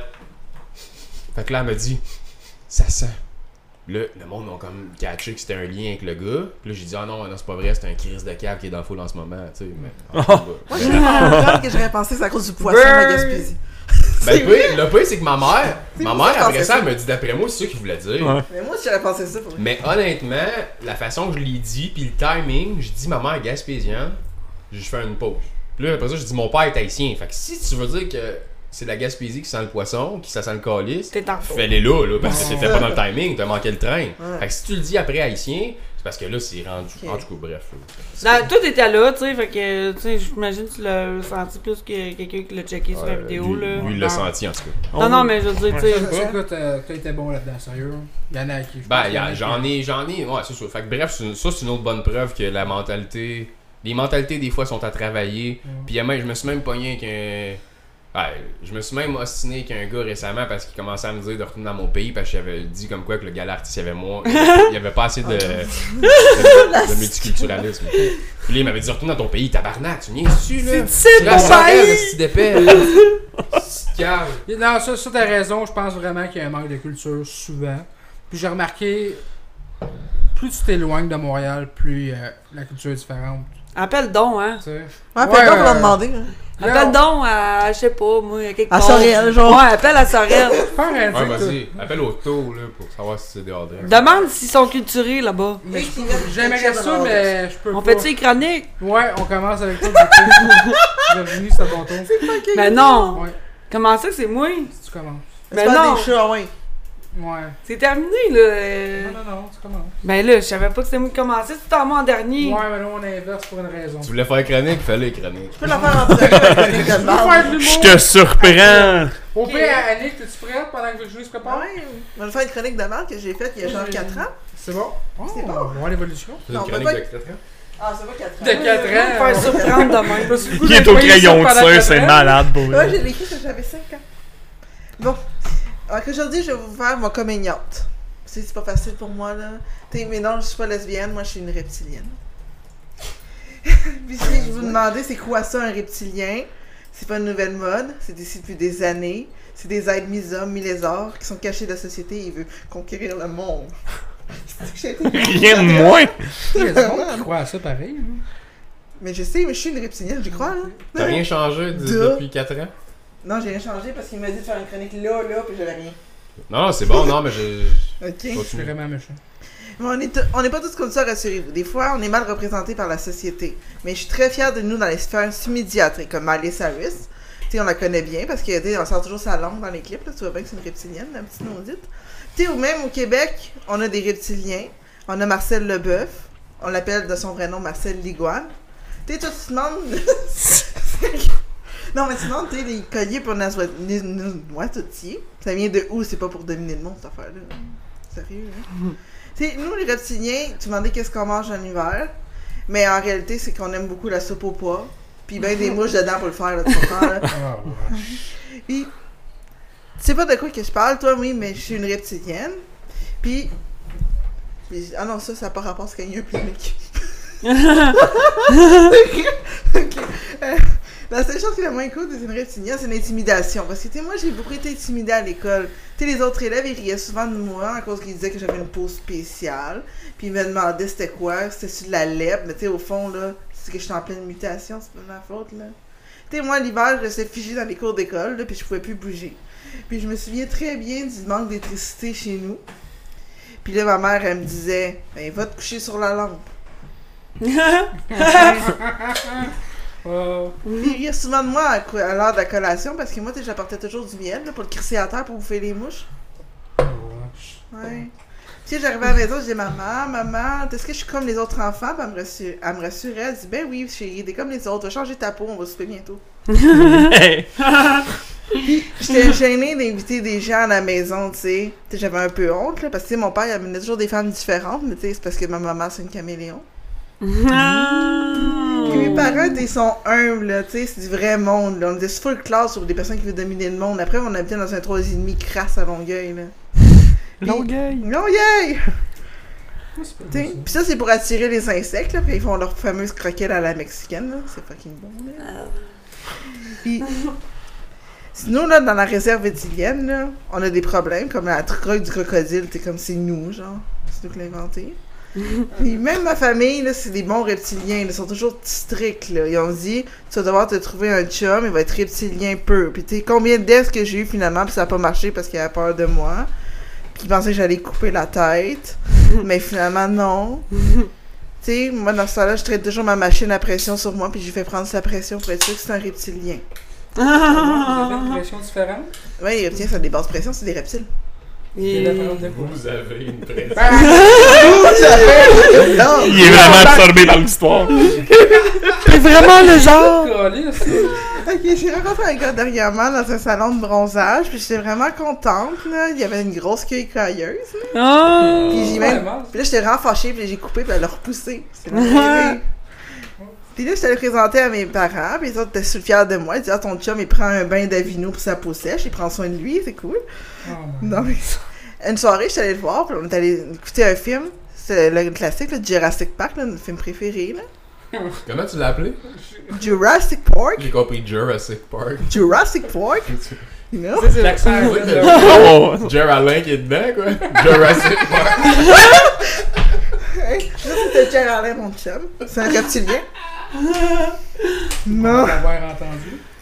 Fait que là elle m'a dit ça sent. Là, le monde ont comme catché que c'était un lien avec le gars. Puis là j'ai dit ah non, c'est pas vrai, c'est un Chris de cave qui est dans le foule en ce moment, tu sais. Mais. en tout cas, Moi, j'ai l'impression que j'aurais pensé que c'est à cause du poisson de la Gaspésie. ben, le pire, c'est que ma mère pour ça que je après pensais ça, ça. elle me dit d'après moi, c'est ça qu'il voulait dire. Ouais. Mais moi, j'aurais pensé ça pour Mais honnêtement, la façon que je l'ai dit, puis le timing, je dis ma mère est gaspésienne, je fais une pause. Puis là, après ça, je dis mon père est haïtien. Fait que si tu veux dire que c'est la Gaspésie qui sent le poisson, qui ça sent le calice, T'es en faux. fais-les là, parce que t'étais pas dans le timing, t'as manqué le train. Ouais. Fait que si tu le dis après haïtien, c'est parce que là, c'est rendu. Ok. En tout cas, bref. Toi, t'étais là, tu sais, fait que, tu sais, j'imagine que tu l'as senti plus que quelqu'un qui l'a checké sur la vidéo, lui, là. lui, il l'a senti en tout cas. Non, mais je veux dire, tu sais. Ça, écoute, t'as été bon là-dedans, sérieux. Il y en a qui. je Ben, pense qu'il y en a qui- j'en ai, ouais, c'est sûr. Fait que bref, c'est une autre bonne preuve que la mentalité. Les mentalités, des fois, sont à travailler. Puis je me suis même pogné avec un. Ouais, je me suis même ostiné avec un gars récemment parce qu'il commençait à me dire de retourner dans mon pays parce que j'avais dit comme quoi que le gala artiste, il y avait pas assez de multiculturalisme. Puis là, il m'avait dit retourne dans ton pays, tabarnak, tu viens dessus, là. C'est La mon sarelle, pays! c'est d'épais. C'est calme. Non, ça t'as raison. Je pense vraiment qu'il y a un manque de culture souvent. Puis j'ai remarqué, plus tu t'éloignes de Montréal, plus la culture est différente. Appelle donc, hein. Tu sais. Ouais, puis on va leur demander. hein. Appelle donc à, je sais pas, moi, à quelque À part. Sorel, genre. Ouais, appelle à Sorel. Faire un Ouais, truc, vas-y, appelle au taux là, pour savoir si c'est dehors de. Demande s'ils sont culturés là-bas. Mais j'aimerais ça, mais je peux On pas. fait-tu les chroniques? Ouais, on commence avec toi. Virginie, c'est à ton tour. Ben non! Ouais, Comment ça que c'est moi? si tu commences. Ben non! des chats, ouais. Ouais. C'est terminé, là. Non, tu commences. Ben là, je savais pas que c'était moi qui commençais, c'est en moi en dernier. Ouais, mais là, on inverse pour une raison. Tu voulais faire chronique, fallait chronique. Tu peux la faire en premier avec les gars de Je peux marde. faire de l'humour. Je te surprends! Au pire, Annick, t'es-tu prête pendant que Virginie se prépare? Ouais, on va faire une chronique de marde que j'ai faite il y a genre 4 ans. C'est bon? Oh, C'est bon. On voit l'évolution. C'est Non, une chronique pas- de 4 ans. Ah, c'est pas 4 ans. De 4 Faire ans. surprendre demain. Il est au crayon de ça, c'est malade pour Ouais, vrai. j'ai écrit quand j'avais 5 ans. Bon. Alors qu'aujourd'hui, je vais vous faire mon communiante. C'est pas facile pour moi, là. T'sais, mais non, je suis pas lesbienne, moi, je suis une reptilienne. Puis si je vous demandais c'est quoi ça, un reptilien, c'est pas une nouvelle mode, c'est ici depuis des années. C'est des êtres mi-hommes, mi-lézards qui sont cachés de la société et ils veulent conquérir le monde. Rien de moins! Il y a du monde qui croit à ça pareil. hein. Mais je sais, mais je suis une reptilienne, j'y crois, là. T'as rien changé Duh. depuis 4 ans? Non, j'ai rien changé parce qu'il m'a dit de faire une chronique là, puis j'avais rien. Non, c'est bon, non, mais j'ai. Ok. Je suis Continue. vraiment méchant. Mais on n'est pas tous comme ça, rassurez-vous. Des fois, on est mal représentés par la société. Mais je suis très fière de nous dans les sphères immédiates, comme Miley Cyrus. Tu sais, on la connaît bien parce qu'on sort toujours sa langue dans les clips. Là. Tu vois bien que c'est une reptilienne, la petite maudite. Tu sais, ou même au Québec, on a des reptiliens. On a Marcel Leboeuf. On l'appelle de son vrai nom Marcel Liguane. Tu sais, toi, tu te demandes. Non, mais sinon, tu sais, les colliers pour noix toutier. Ça vient de où? C'est pas pour dominer le monde, cette affaire-là. Sérieux, hein? Tu sais, nous, les reptiliens, tu demandais qu'est-ce qu'on mange en hiver. Mais en réalité, c'est qu'on aime beaucoup la soupe au pois. Puis ben des mouches dedans pour le faire, là, tu comprends, là. Ah, ouais. Puis, tu sais pas de quoi que je parle, toi, oui, mais je suis une reptilienne. Puis, ah non, ça n'a pas rapport à ce qu'il y a un public. Ok. La seule chose qui est la moins cool d'être une reptilienne, c'est l'intimidation. Parce que, tu sais, moi, j'ai beaucoup été intimidée à l'école. Tu sais, les autres élèves, ils riaient souvent de moi à cause qu'ils disaient que j'avais une peau spéciale. Puis ils me demandaient c'était quoi, c'était-tu de la lèpre. Mais tu sais, au fond, là, c'est que j'étais en pleine mutation, c'est pas ma faute, là. Tu sais, moi, l'hiver, je restais figée dans les cours d'école, là, puis je pouvais plus bouger. Puis je me souviens très bien du manque d'électricité chez nous. Puis là, ma mère, elle me disait, ben, va te coucher sur la lampe. Oh. Puis il riait souvent de moi à l'heure de la collation, parce que moi, tu sais, j'apportais toujours du miel, là, pour le crisser à terre pour bouffer les mouches. Ouais. Puis j'arrivais à la maison, je disais, maman, est-ce que je suis comme les autres enfants? Puis elle me rassurait, elle dit, ben oui, chérie, t'es comme les autres, va changer ta peau, on va souper bientôt. Puis j'étais gênée d'inviter des gens à la maison, tu sais. Tu sais, j'avais un peu honte, là, parce que tu sais, mon père, il amenait toujours des femmes différentes, mais tu sais, c'est parce que ma maman, c'est une caméléon. Puis mes parents, ils sont humbles, là, tu sais, c'est du vrai monde, là. On était full classe sur des personnes qui veulent dominer le monde. Après, on habitait dans un 3,5 crasse à Longueuil, là. Longueuil! Longueuil! C'est pas T'sais, pis ça, c'est pour attirer les insectes, là, puis ils font leur fameuse croquette à la mexicaine, là. C'est fucking bon, là. Pis, sinon, là, dans la réserve étilienne, là, on a des problèmes, comme la troque du crocodile, t'es comme c'est nous, genre. C'est nous qui l'avons inventé. Puis même ma famille, là, c'est des bons reptiliens, ils sont toujours stricts, là. Ils ont dit, tu vas devoir te trouver un chum, il va être reptilien pur. Puis tu sais, combien d'ex que j'ai eu finalement, puis ça a pas marché parce qu'il avait peur de moi. Puis il pensait que j'allais couper la tête. Mais finalement, non. Tu sais, moi, dans ce temps-là, je traite toujours ma machine à pression sur moi, puis j'ai fait prendre sa pression pour être sûr que c'est un reptilien. Vous avez une pression différente? Ouais, les reptiliens, ça a des basses pressions, c'est des reptiles. Et la parole de quoi? Vous avez une pression. Non! Il est vraiment absorbé dans l'histoire. C'est vraiment le genre. Ok, j'ai rencontré un gars dernièrement dans un salon de bronzage, puis j'étais vraiment contente, là. Il y avait une grosse queue écailleuse, là. Oh. Puis j'ai même... Puis là, j'étais vraiment fâchée, puis j'ai coupé, puis elle l'a repoussé. C'est arrivé. Puis là, je t'allais présenter à mes parents, puis les autres étaient fiers de moi. Ils disaient, ah, ton chum, il prend un bain d'Avino pour sa peau sèche, il prend soin de lui, c'est cool. Non, mais... Une soirée, je suis allée le voir, puis on est allé écouter un film. C'est le classique, le Jurassic Park, là, notre film préféré, là. Comment tu l'as appelé? Jurassic Park. J'ai compris Jurassic Park. Jurassic Park. You know? C'est l'accent. Oh. Geraldine qui est dedans, quoi. Jurassic Park. Hey, ça, c'était Géraldin, mon chum. C'est un reptilien. On Non. va l'avoir entendu.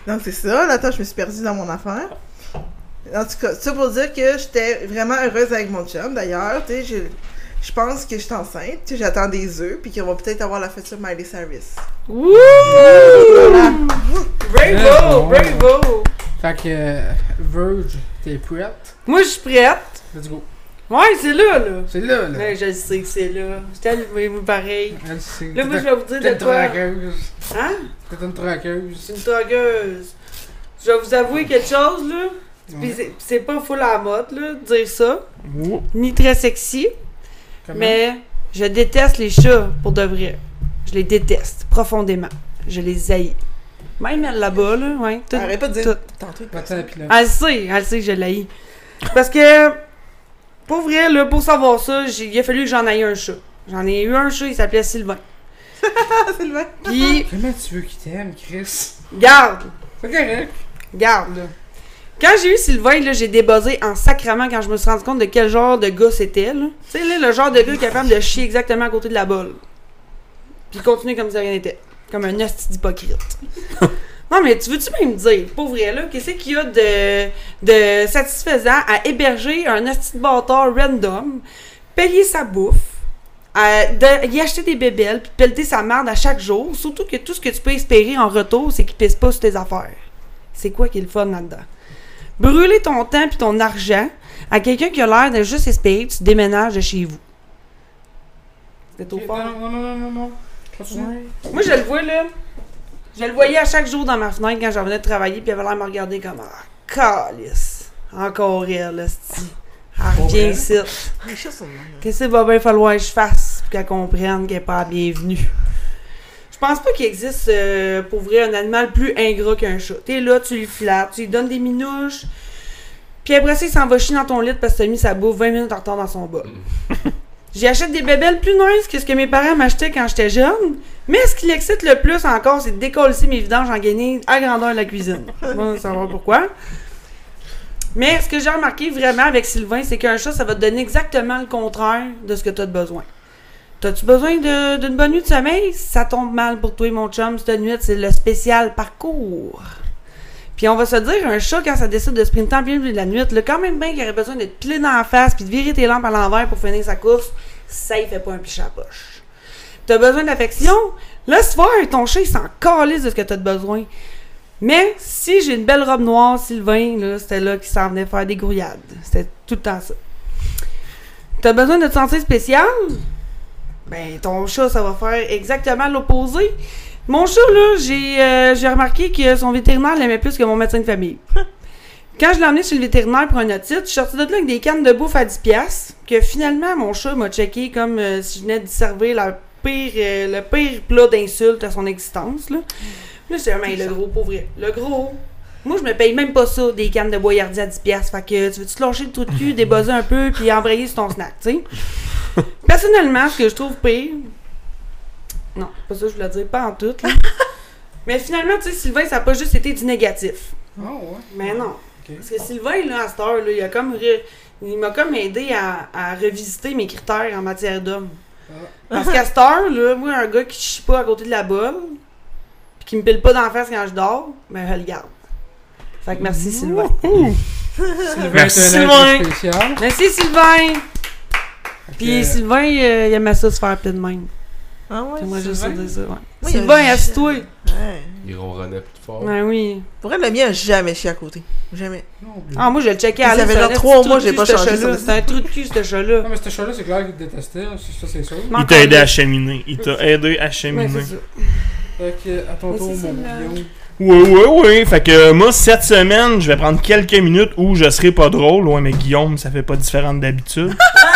Donc, c'est ça. Là, attends, je me suis perdue dans mon affaire. En tout cas, ça pour dire que j'étais vraiment heureuse avec mon chum. D'ailleurs, tu sais, je pense que je suis enceinte. Tu sais, j'attends des œufs, puis qu'on va peut-être avoir la future Miley Cyrus. Wouh! Voilà. Bravo! bon. Bravo! Fait que, Verge, t'es prête? Moi, je suis prête. Let's go. Ouais, c'est là. C'est là, là. Ouais, je le sais que c'est là. J'étais allumé, pareil. Elle sait. Là, moi, je vais vous dire T'es de une quoi. traqueuse. Hein? T'es une traqueuse. C'est une drogueuse. Je vais vous avouer quelque chose, là. Puis c'est pas full à la mode, là, de dire ça. Ni très sexy. Comment? Mais je déteste les chats, pour de vrai. Je les déteste, profondément. Je les haïs. Même elle là-bas, là, ouais. Tout, Arrête pas de dire tout. tantôt. Va-t'en la pilote. Elle sait que je l'haïs. Parce que, pour vrai, là, pour savoir ça, il a fallu que j'en aille un chat. J'en ai eu un chat, il s'appelait Sylvain. Ah, c'est le mec. Puis, Comment tu veux qu'il t'aime, Chris? garde, C'est correct. garde, là. Quand j'ai eu Sylvain, là, j'ai débuzzé en sacrament quand je me suis rendu compte de quel genre de gars c'était, là. Tu sais, là, le genre de gars capable de chier exactement à côté de la balle. Puis continuer comme si rien n'était. Comme un hostie d'hypocrite. Non, mais tu veux-tu même me dire, pour vrai, là, qu'est-ce qu'il y a de satisfaisant à héberger un hostie de bâtard random, payer sa bouffe, y acheter des bébelles, puis pelleter sa merde à chaque jour, surtout que tout ce que tu peux espérer en retour, c'est qu'il pisse pas sur tes affaires. C'est quoi qui est le fun là-dedans? Brûler ton temps puis ton argent à quelqu'un qui a l'air de juste espérer que tu déménages de chez vous. C'était trop fort. Non. Continue. Moi, je le vois, là. Je le voyais à chaque jour dans ma fenêtre quand j'en venais de travailler, puis il avait l'air de me regarder comme ah, calice. Encore elle, là, c'ti. Elle revient ici. Les chats sont de même. Qu'est-ce que va bien falloir que je fasse pour qu'elle comprenne qu'elle n'est pas la bienvenue? Je pense pas qu'il existe, pour vrai, un animal plus ingrat qu'un chat. T'es là, tu lui flattes, tu lui donnes des minouches, puis après ça, il s'en va chier dans ton lit parce que t'as mis sa bouffe 20 minutes en retard dans son bol. J'achète des bébelles plus nice que ce que mes parents m'achetaient quand j'étais jeune, mais ce qui l'excite le plus encore, c'est de décoller mes vidanges en guenilles à grandeur de la cuisine. Bon, savoir pourquoi. Mais ce que j'ai remarqué vraiment avec Sylvain, c'est qu'un chat, ça va te donner exactement le contraire de ce que tu as besoin. T'as-tu besoin d'une bonne nuit de sommeil? Ça tombe mal pour toi, mon chum. Cette nuit, c'est le spécial parcours. Puis on va se dire, un chat, quand ça décide de sprinter en plein milieu de la nuit, là, quand même bien qu'il aurait besoin de te piler dans la face puis de virer tes lampes à l'envers pour finir sa course, ça, il fait pas un piche à la poche. T'as besoin d'affection? Laisse faire, ton chat, il s'en calisse de ce que t'as de besoin. Mais si j'ai une belle robe noire, Sylvain, là, c'était là qu'il s'en venait faire des grouillades. C'était tout le temps ça. T'as besoin de te sentir spécial? Ben, ton chat, ça va faire exactement l'opposé. Mon chat, là, j'ai remarqué que son vétérinaire l'aimait plus que mon médecin de famille. Quand je l'ai emmené chez le vétérinaire pour un otite, je suis sortie de là avec des cannes de bouffe à 10$, que finalement, mon chat m'a checké comme si je venais de servir le pire plat d'insulte à son existence, là. Là, c'est vraiment le gros, pour vrai. Le gros... Moi, je me paye même pas ça, des cannes de boyardi à 10$. Fait que tu veux-tu te lâcher le trou de cul, débosser un peu, puis embrayer sur ton snack, tu sais? Personnellement, ce que je trouve pire... Non, pas ça que je voulais dire, pas en tout, là. Mais finalement, tu sais, Sylvain, ça n'a pas juste été du négatif. Oh, ouais. Mais non. Ok. Parce que Sylvain, là, à cette heure, là, il m'a comme aidé à revisiter mes critères en matière d'homme. Parce qu'à cette heure, là, moi, un gars qui chie pas à côté de la bolle, pis qui me pile pas dans la face quand je dors, ben, je le garde. Fait que merci, Sylvain. Sylvain, Merci, c'est un Sylvain. être spécial. Merci, Sylvain! Puis Ok. Sylvain, il aimait ça se faire plein de même. Ah ouais, Moi, juste ça Sylvain? dire ça, ouais. Oui, Sylvain, il a assis-toi! Ouais. Il ronronnait plus fort. Ben oui. Pour elle, le mien a jamais chié à côté. Jamais. Non, oublie. Ah, moi, je le checkais à Ça l'aise. fait c'était genre un 3 petit mois, trou de j'ai cul, pas ce changé chat-là. ça. C'était un trou de cul, ce chat-là. Non, mais ce chat-là, c'est clair qu'il te détestait, ça c'est sûr. Mais Il t'a aidé à cheminer. Il t'a aidé à Ouais, cheminer. c'est ça. Fait que, à ton Mais tour, c'est mon ça, là. Guillaume. Oui. Fait que moi, cette semaine, je vais prendre quelques minutes où je serai pas drôle. Ouais, mais Guillaume, ça fait pas différent d'habitude.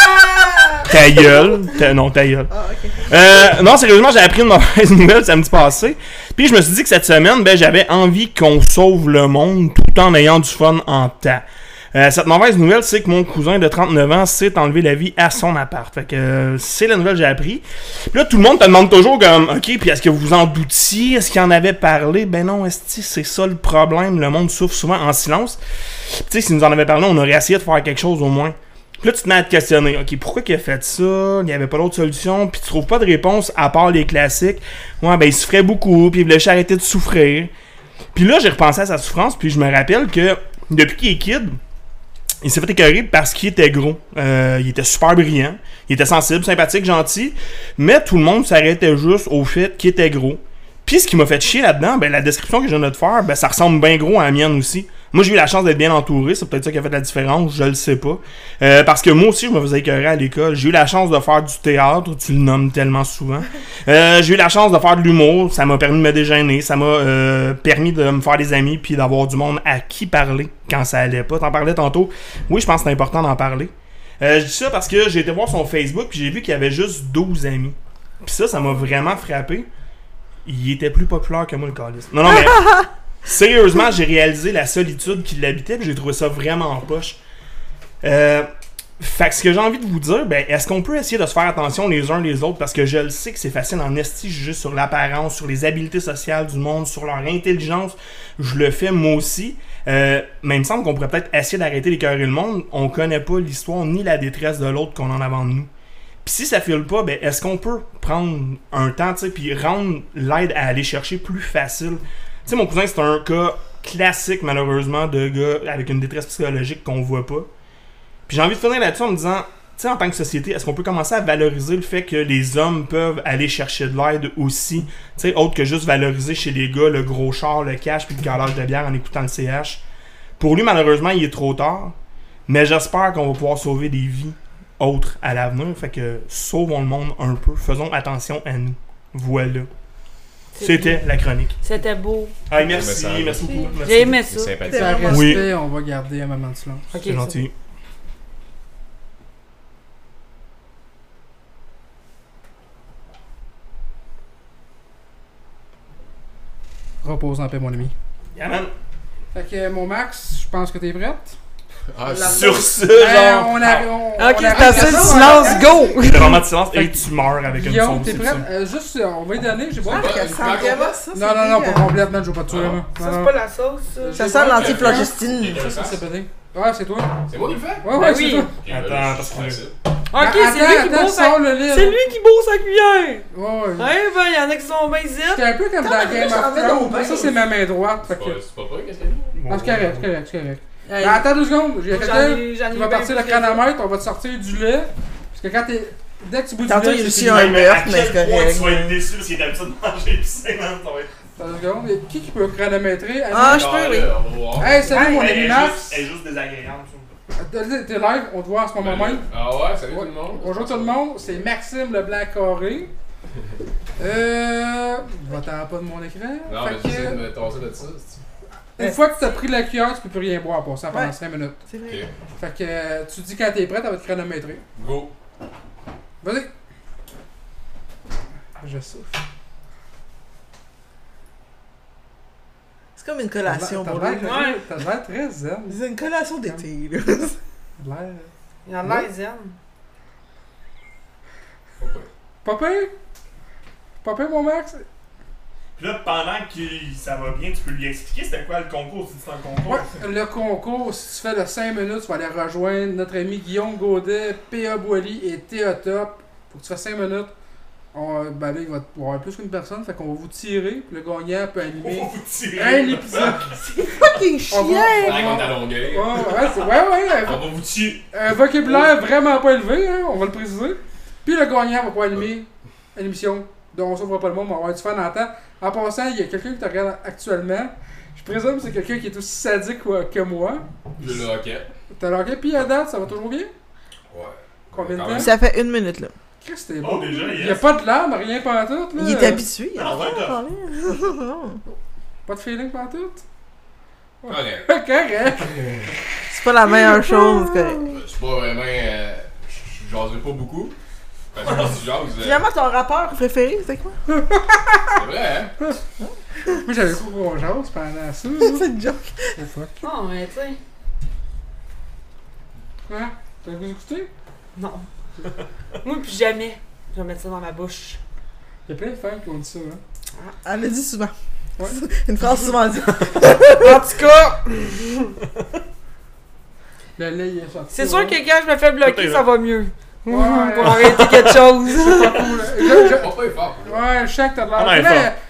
Ta gueule. Non, ta gueule. Ah, ok. Non, sérieusement, j'ai appris une mauvaise nouvelle samedi passé. Puis je me suis dit que cette semaine, ben, j'avais envie qu'on sauve le monde tout en ayant du fun en temps. Cette mauvaise nouvelle, c'est que mon cousin de 39 ans s'est enlevé la vie à son appart. Fait que c'est la nouvelle que j'ai appris. Puis là, tout le monde te demande toujours comme, OK, puis est-ce que vous vous en doutiez? Est-ce qu'il en avait parlé? Ben non, esti, c'est ça le problème. Le monde souffre souvent en silence. Tu sais, s'il nous en avait parlé, on aurait essayé de faire quelque chose au moins. Puis là, tu te mets à te questionner. OK, pourquoi il a fait ça? Il n'y avait pas d'autre solution. Puis tu trouves pas de réponse à part les classiques. Ouais, ben il souffrait beaucoup. Puis il voulait juste arrêter de souffrir. Puis là, j'ai repensé à sa souffrance, puis je me rappelle que depuis qu'il est kid, il s'est fait écœurer parce qu'il était gros. Il était super brillant, il était sensible, sympathique, gentil, mais tout le monde s'arrêtait juste au fait qu'il était gros. Puis ce qui m'a fait chier là-dedans, ben la description que je viens de te faire, ben ça ressemble bien gros à la mienne aussi. Moi, j'ai eu la chance d'être bien entouré, c'est peut-être ça qui a fait la différence, je le sais pas. Parce que moi aussi, je me faisais écœurer à l'école. J'ai eu la chance de faire du théâtre, tu le nommes tellement souvent. J'ai eu la chance de faire de l'humour, ça m'a permis de me déjeuner, ça m'a permis de me faire des amis puis d'avoir du monde à qui parler quand ça allait pas. T'en parlais tantôt. Oui, je pense que c'est important d'en parler. Je dis ça parce que j'ai été voir son Facebook puis j'ai vu qu'il y avait juste 12 amis. Puis ça m'a vraiment frappé. Il était plus populaire que moi, le calice. Non, mais sérieusement, j'ai réalisé la solitude qui l'habitait, puis j'ai trouvé ça vraiment en poche. Fait que ce que j'ai envie de vous dire, ben, est-ce qu'on peut essayer de se faire attention les uns les autres, parce que je le sais que c'est facile en esti juger sur l'apparence, sur les habiletés sociales du monde, sur leur intelligence. Je le fais moi aussi. Mais il me semble qu'on pourrait peut-être essayer d'arrêter d'écœurer le monde. On connaît pas l'histoire ni la détresse de l'autre qu'on en a avant de nous. Puis si ça file pas, ben est-ce qu'on peut prendre un temps, tu sais, puis rendre l'aide à aller chercher plus facile? Tu sais, mon cousin, c'est un cas classique, malheureusement, de gars avec une détresse psychologique qu'on voit pas. Puis j'ai envie de finir là-dessus en me disant, tu sais, en tant que société, est-ce qu'on peut commencer à valoriser le fait que les hommes peuvent aller chercher de l'aide aussi? Tu sais, autre que juste valoriser chez les gars le gros char, le cash, puis le calage de bière en écoutant le CH. Pour lui, malheureusement, il est trop tard. Mais j'espère qu'on va pouvoir sauver des vies autres à l'avenir. Fait que sauvons le monde un peu. Faisons attention à nous. Voilà. C'était la chronique. C'était beau. Ah, merci beaucoup. Merci. J'ai aimé ça. C'est sympathique. Par respect, Oui. on va garder un moment de silence. Ok, C'est gentil. Repose en paix, mon ami. Yeah, man. Fait que, mon Max, je pense que t'es prête? Ah, Sur ce, Ben, genre. on Ok, arrive c'est à assez de ça, silence, go! Il y a vraiment de silence et tu meurs avec une Guillaume, sauce. t'es c'est prête? ça. Juste, on va y donner, j'ai pas. Ah, ça sent vraiment ça. Non, pas complètement, je veux pas te tuer. Ah. là. Ça, Non, c'est pas la sauce, Ça sent l'antiflogestine. Ça, c'est pété. Ouais, c'est toi. C'est moi qui le fais? Ouais, Ben c'est oui. toi. Attends, parce que- Ok, c'est lui qui bourre sa... sors le livre. C'est lui qui bourre sa cuillère! Ouais. Ouais, ben, il y en a qui sont bien zip. C'était un peu comme dans Game j'en of ai Thrones. donc Ça, c'est ma main droite. Fait que... C'est pas vrai, qu'est-ce qu'il y a? Ah, c'est correct. Hey, Ben, attends 2 secondes. J'ai j'en quelqu'un ai- j'en ai qui va bien partir le plus chronomètre. On va te sortir du lait. Parce que quand t'es. Dès que tu bois du Tantôt, lait, il y a c'est aussi fini. un meurtre, mais c'est Tu vas correct. être déçu parce qu'il est habitué de manger épicé, man. Ça va être. Attends 2 secondes. Et qui peut chronométrer? Ah, je peux, oui. On va voir. Hey, salut mon Elle ami est Max. juste- elle est juste désagréable, ça. T'es live, on te voit en ce moment même. Ah ouais, salut tout le monde. Bonjour tout le monde, c'est Maxime Leblanc-Carré. Va-t'en pas de mon écran. Non, Fait mais que, j'essaie de me tasser de ça. une fois que t'as pris la cuillère, tu peux plus rien boire pour ça pendant Ouais. 5 minutes. C'est vrai. Ok. Fait que tu dis quand t'es prête, elle va te chronométrer. Go. Vas-y. Je souffle. C'est comme une collation T'as pour l'air lui. Ouais. t'as l'air très zen. C'est une collation d'été, là. T'as l'air... Il y en a l'air zen. Pourquoi? Pas pire, mon Max? Puis là, pendant que ça va bien, tu peux lui expliquer c'était quoi le concours, si c'est un concours. Ouais, le concours, si tu fais le 5 minutes, tu vas aller rejoindre notre ami Guillaume Gaudet, P.A. Boily et Théa Top. Faut que tu fasses 5 minutes. Ben là, il va y avoir plus qu'une personne, fait qu'on va vous tirer, puis le gagnant peut On animer va vous tirer. un épisode. Fucking On va- chien! Avec on t'a longueuil. Ouais, On va vous tuer. un vocabulaire vraiment pas élevé, hein, on va le préciser. Puis le gagnant va pouvoir animer une émission dont on sauvera pas le monde, mais on va avoir du fun en temps. En passant, il y a quelqu'un qui te regarde actuellement. Je présume que c'est quelqu'un qui est aussi sadique que moi. Je le rocket. T'as locké, puis à date, ça va toujours bien? Ouais. Combien de Quand temps? même. Ça fait 1 minute, là. Christ, t'es Oh, bon. déjà, Il y a pas de larmes, rien pantoute, là. Il est habitué. Ah, non, c'est un Pas de feeling pantoute? Correct. Correct. C'est pas la meilleure chose, c'est correct. Je suis pas vraiment. Je jaserai pas beaucoup. Parce que si je jase. Finalement, ton rappeur préféré, c'est quoi? C'est vrai, hein? Moi, j'avais cru qu'on jase pendant ça. C'est une joke. Oh fuck. Non, mais tu sais. Hein? T'as le goût d'écouter? Non. Moi, plus jamais. Je vais mettre ça dans ma bouche. Il y a plein de femmes qui ont dit ça, hein. Elle le dit souvent. Ouais. Une phrase souvent dit. En tout cas, Le lait, il est sorti. c'est sûr que quand je me fais bloquer, ça va mieux. Ouais. Pour arrêter quelque chose. C'est pas cool. Pas pas fort. Ouais, je sens que t'as de l'air. Ah, ben, Mais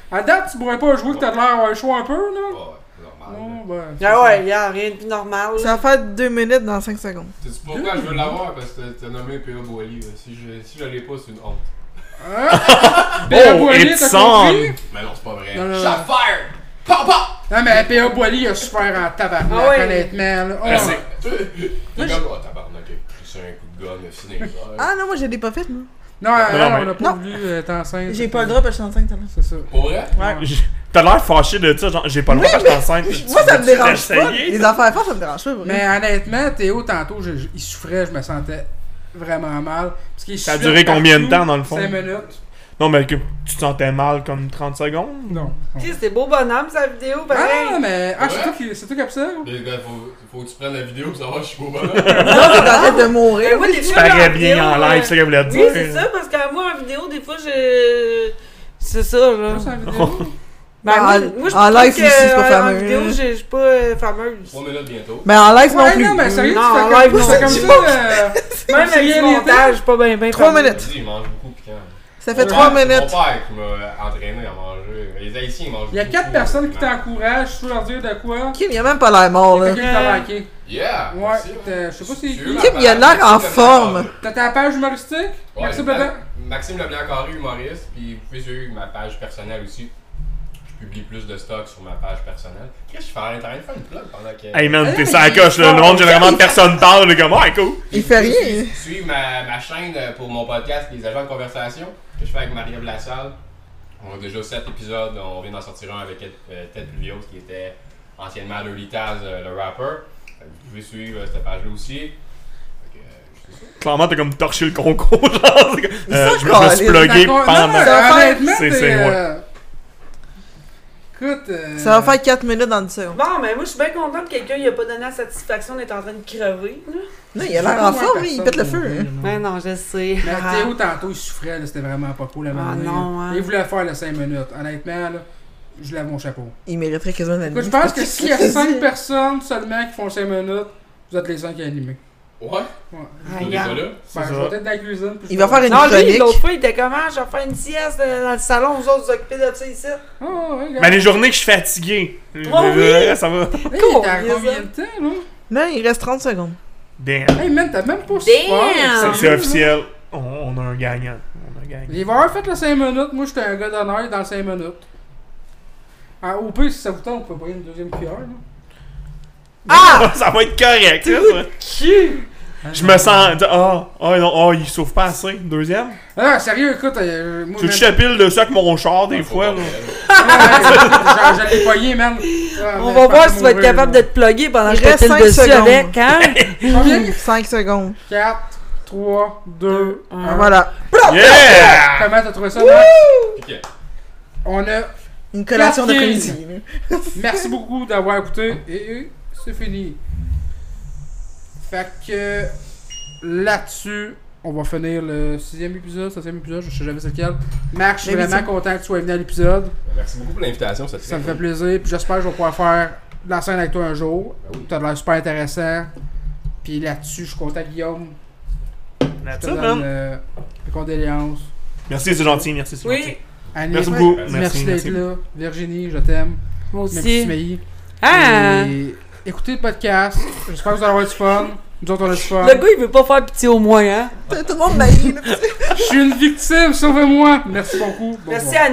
À date, tu pourrais pas jouer que t'as l'air d'avoir chaud un peu, là? Ouais, normal. Oh, ben, c'est Ah ouais, ça. y'a rien de plus normal. Ça va faire 2 minutes dans 5 secondes. Sais-tu pourquoi je veux l'avoir? Parce que t'as nommé P.A. Boily. Si je l'ai pas, c'est une honte. P.A. Oh, Boily, it's t'as on. compris? Mais non, c'est pas vrai. Non, non, non. Shot fired! Pop, pop! Non, mais P.A. Boily, il a super en tabarnak, Ah ouais. honnêtement, là. Oh, Merci. T'es comme, oh tabarnak, c'est un coup de gun, cinéma. Ah non, moi je l'ai pas fait, moi. non, Non, on mais- l'a pas voulu, t'es enceinte. J'ai pas le droit parce que je suis enceinte. là. C'est ça. Pour vrai? Ouais. T'as l'air fâché de ça, genre, j'ai pas le droit parce que je suis enceinte. Moi ça me Tu dérange l'essayes? pas. Les affaires fortes ça me dérange pas. Vrai. Mais honnêtement, Théo, tantôt, il souffrait, je me sentais vraiment mal. Parce qu'il Ça a suait duré combien de partout, temps, dans le fond? 5 minutes. Non, mais que tu te sentais mal comme 30 secondes? Non. Chris, c'est beau bonhomme sa vidéo, Ah, pareil. mais. Ah, c'est Ouais. toi qui observe? Les gars, faut que tu prennes la vidéo pour savoir si je suis beau bonhomme. Non, t'es en train de Mais mourir. moi, des Tu fois, parais en bien vidéo, en live, c'est ça qu'elle voulait dire. Oui, c'est ça, parce que moi, en vidéo, des fois, c'est ça, là. Juste en vidéo. Ben, En- moi, je en trouve live que, aussi, c'est pas en fameux. vidéo, je suis pas fameuse. 3 minutes bientôt. Mais en live non Ouais, plus. non, mais sérieux, Non, tu en fais live, comme, non. tu fais comme ça. Même c'est avec du rien montage, pas bien, bien 3 fameux. minutes. Il mange beaucoup piquant. Ça fait Ouais, 3 C'est minutes. mon père qui m'a entraîné à manger. Les Haïtiens, ils mangent Il y a beaucoup, 4 personnes qui man. t'encouragent, je peux leur dire de quoi. Kim, il a même pas l'air mort là. Quelqu'un qui t'a liké. Yeah! Ouais, merci, je sais pas si. Tu veux ma Kim, il a page? l'air en Maxime forme. Leblanc-Carré. T'as ta page humoristique? Ouais, Maxime Leblanc? Maxime Leblanc-Carré, humoriste. Puis vous pouvez suivre ma page personnelle aussi. Je publie plus de stock sur ma page personnelle. Qu'est-ce que je fais? En train de faire une plug pendant que. Hey man, Ah, t'es mais sur la il est coche, là. Le fort. monde, généralement, personne parle, mais comme, ouais, cool. Il fait rien. Suivre ma chaîne pour mon podcast, Les Agents de Conversation, que je fais avec Marie-Ève Lassalle. On a déjà 7 épisodes, on vient d'en sortir un avec Ted Pluvios, qui était anciennement Dirty Taz, le rapper. Vous pouvez suivre cette page-là aussi. Fait que, c'est ça. Clairement, t'as comme torché le concours, genre. c'est comme, ça, je me calé. suis plugué D'accord. pendant. Non, non, Ça va faire- honnêtement, C'est- t'es, c'est- Écoute. Ça va faire 4 minutes dans 10 secondes. Bon, mais moi, je suis bien contente que quelqu'un il a pas donné la satisfaction d'être en train de crever. Là. Non, il a l'air en forme, lui, il pète le feu. hein. Mais non, je sais. Mais Théo, tantôt, il souffrait, là, c'était vraiment pas cool à Ah moment donné, non, là. hein. Il voulait faire le 5 minutes. Honnêtement, là, je lève mon chapeau. Il mériterait quasiment la Écoute, je pense que s'il y a 5 personnes seulement qui font 5 minutes, vous êtes les 5 animés. Ouais, Ouais. Ah, je suis regarde. là. Ben, C'est je ça. vais peut-être dans la cuisine. puis Il je va vais- faire une Non, lui, chronique. l'autre fois, il était comment? Je vais faire une sieste dans le salon, vous autres vous occupez de ça ici. Oh, ouais, regarde. Mais les journées que je suis fatigué. oui. Ça va. Hey, il Cool, était à il y a combien ça. de temps, là? Non, il reste 30 secondes. Damn. Hey, man, t'as même pas Damn! super. C'est officiel. On a un gagnant. On a un gagnant. Il va avoir fait le 5 minutes. Moi, j'étais un gars d'honneur dans le 5 minutes. Ah, au pire, si ça vous tente, on peut pas une deuxième cuillère, là. Ah! Ça va être correct, là, ça. Qui? Je me sens. Non, il souffre pas assez. Deuxième. Ah, sérieux, écoute, moi, Tu man, te chapilles dessus avec mon char des fois, là. j'allais poigner, man. Ah, On man, va je voir pense si tu vas être mourir, capable là. de te plugger pendant Il que je te reste pile 5 dessus secondes. avec, hein? Combien? 5 secondes. 4, 3, 2, 1. Voilà. Yeah! Comment t'as trouvé ça, Max? Ok. On a... Une collation Quatre d'après-midi. Merci beaucoup d'avoir écouté. Et c'est fini. Fait que... Là-dessus... On va finir le 6e épisode, 7e épisode, je sais jamais c'est lequel. Max, je suis Mais vraiment oui, content que tu sois venu à l'épisode. Merci beaucoup pour l'invitation, ça Ça me fait plaisir. Puis j'espère que je vais pouvoir faire de la scène avec toi un jour. Ben oui. T'as l'air super intéressant. Puis là-dessus, je suis content, Guillaume. Je That's te it, donne man. mes condoléances. Merci, c'est gentil. Merci, c'est gentil. Oui, Annie, Merci beaucoup. Merci d'être merci. là. Virginie, je t'aime. moi Même si aussi. tu m'haïs. Ah! Et écoutez le podcast. J'espère que vous allez avoir du fun. Nous autres, on a du fun. Le gars, il veut pas faire pitié au moins, hein? Tout le monde maillit, là. Je suis une victime, sauvez-moi. Merci beaucoup. Bon Merci revoir. à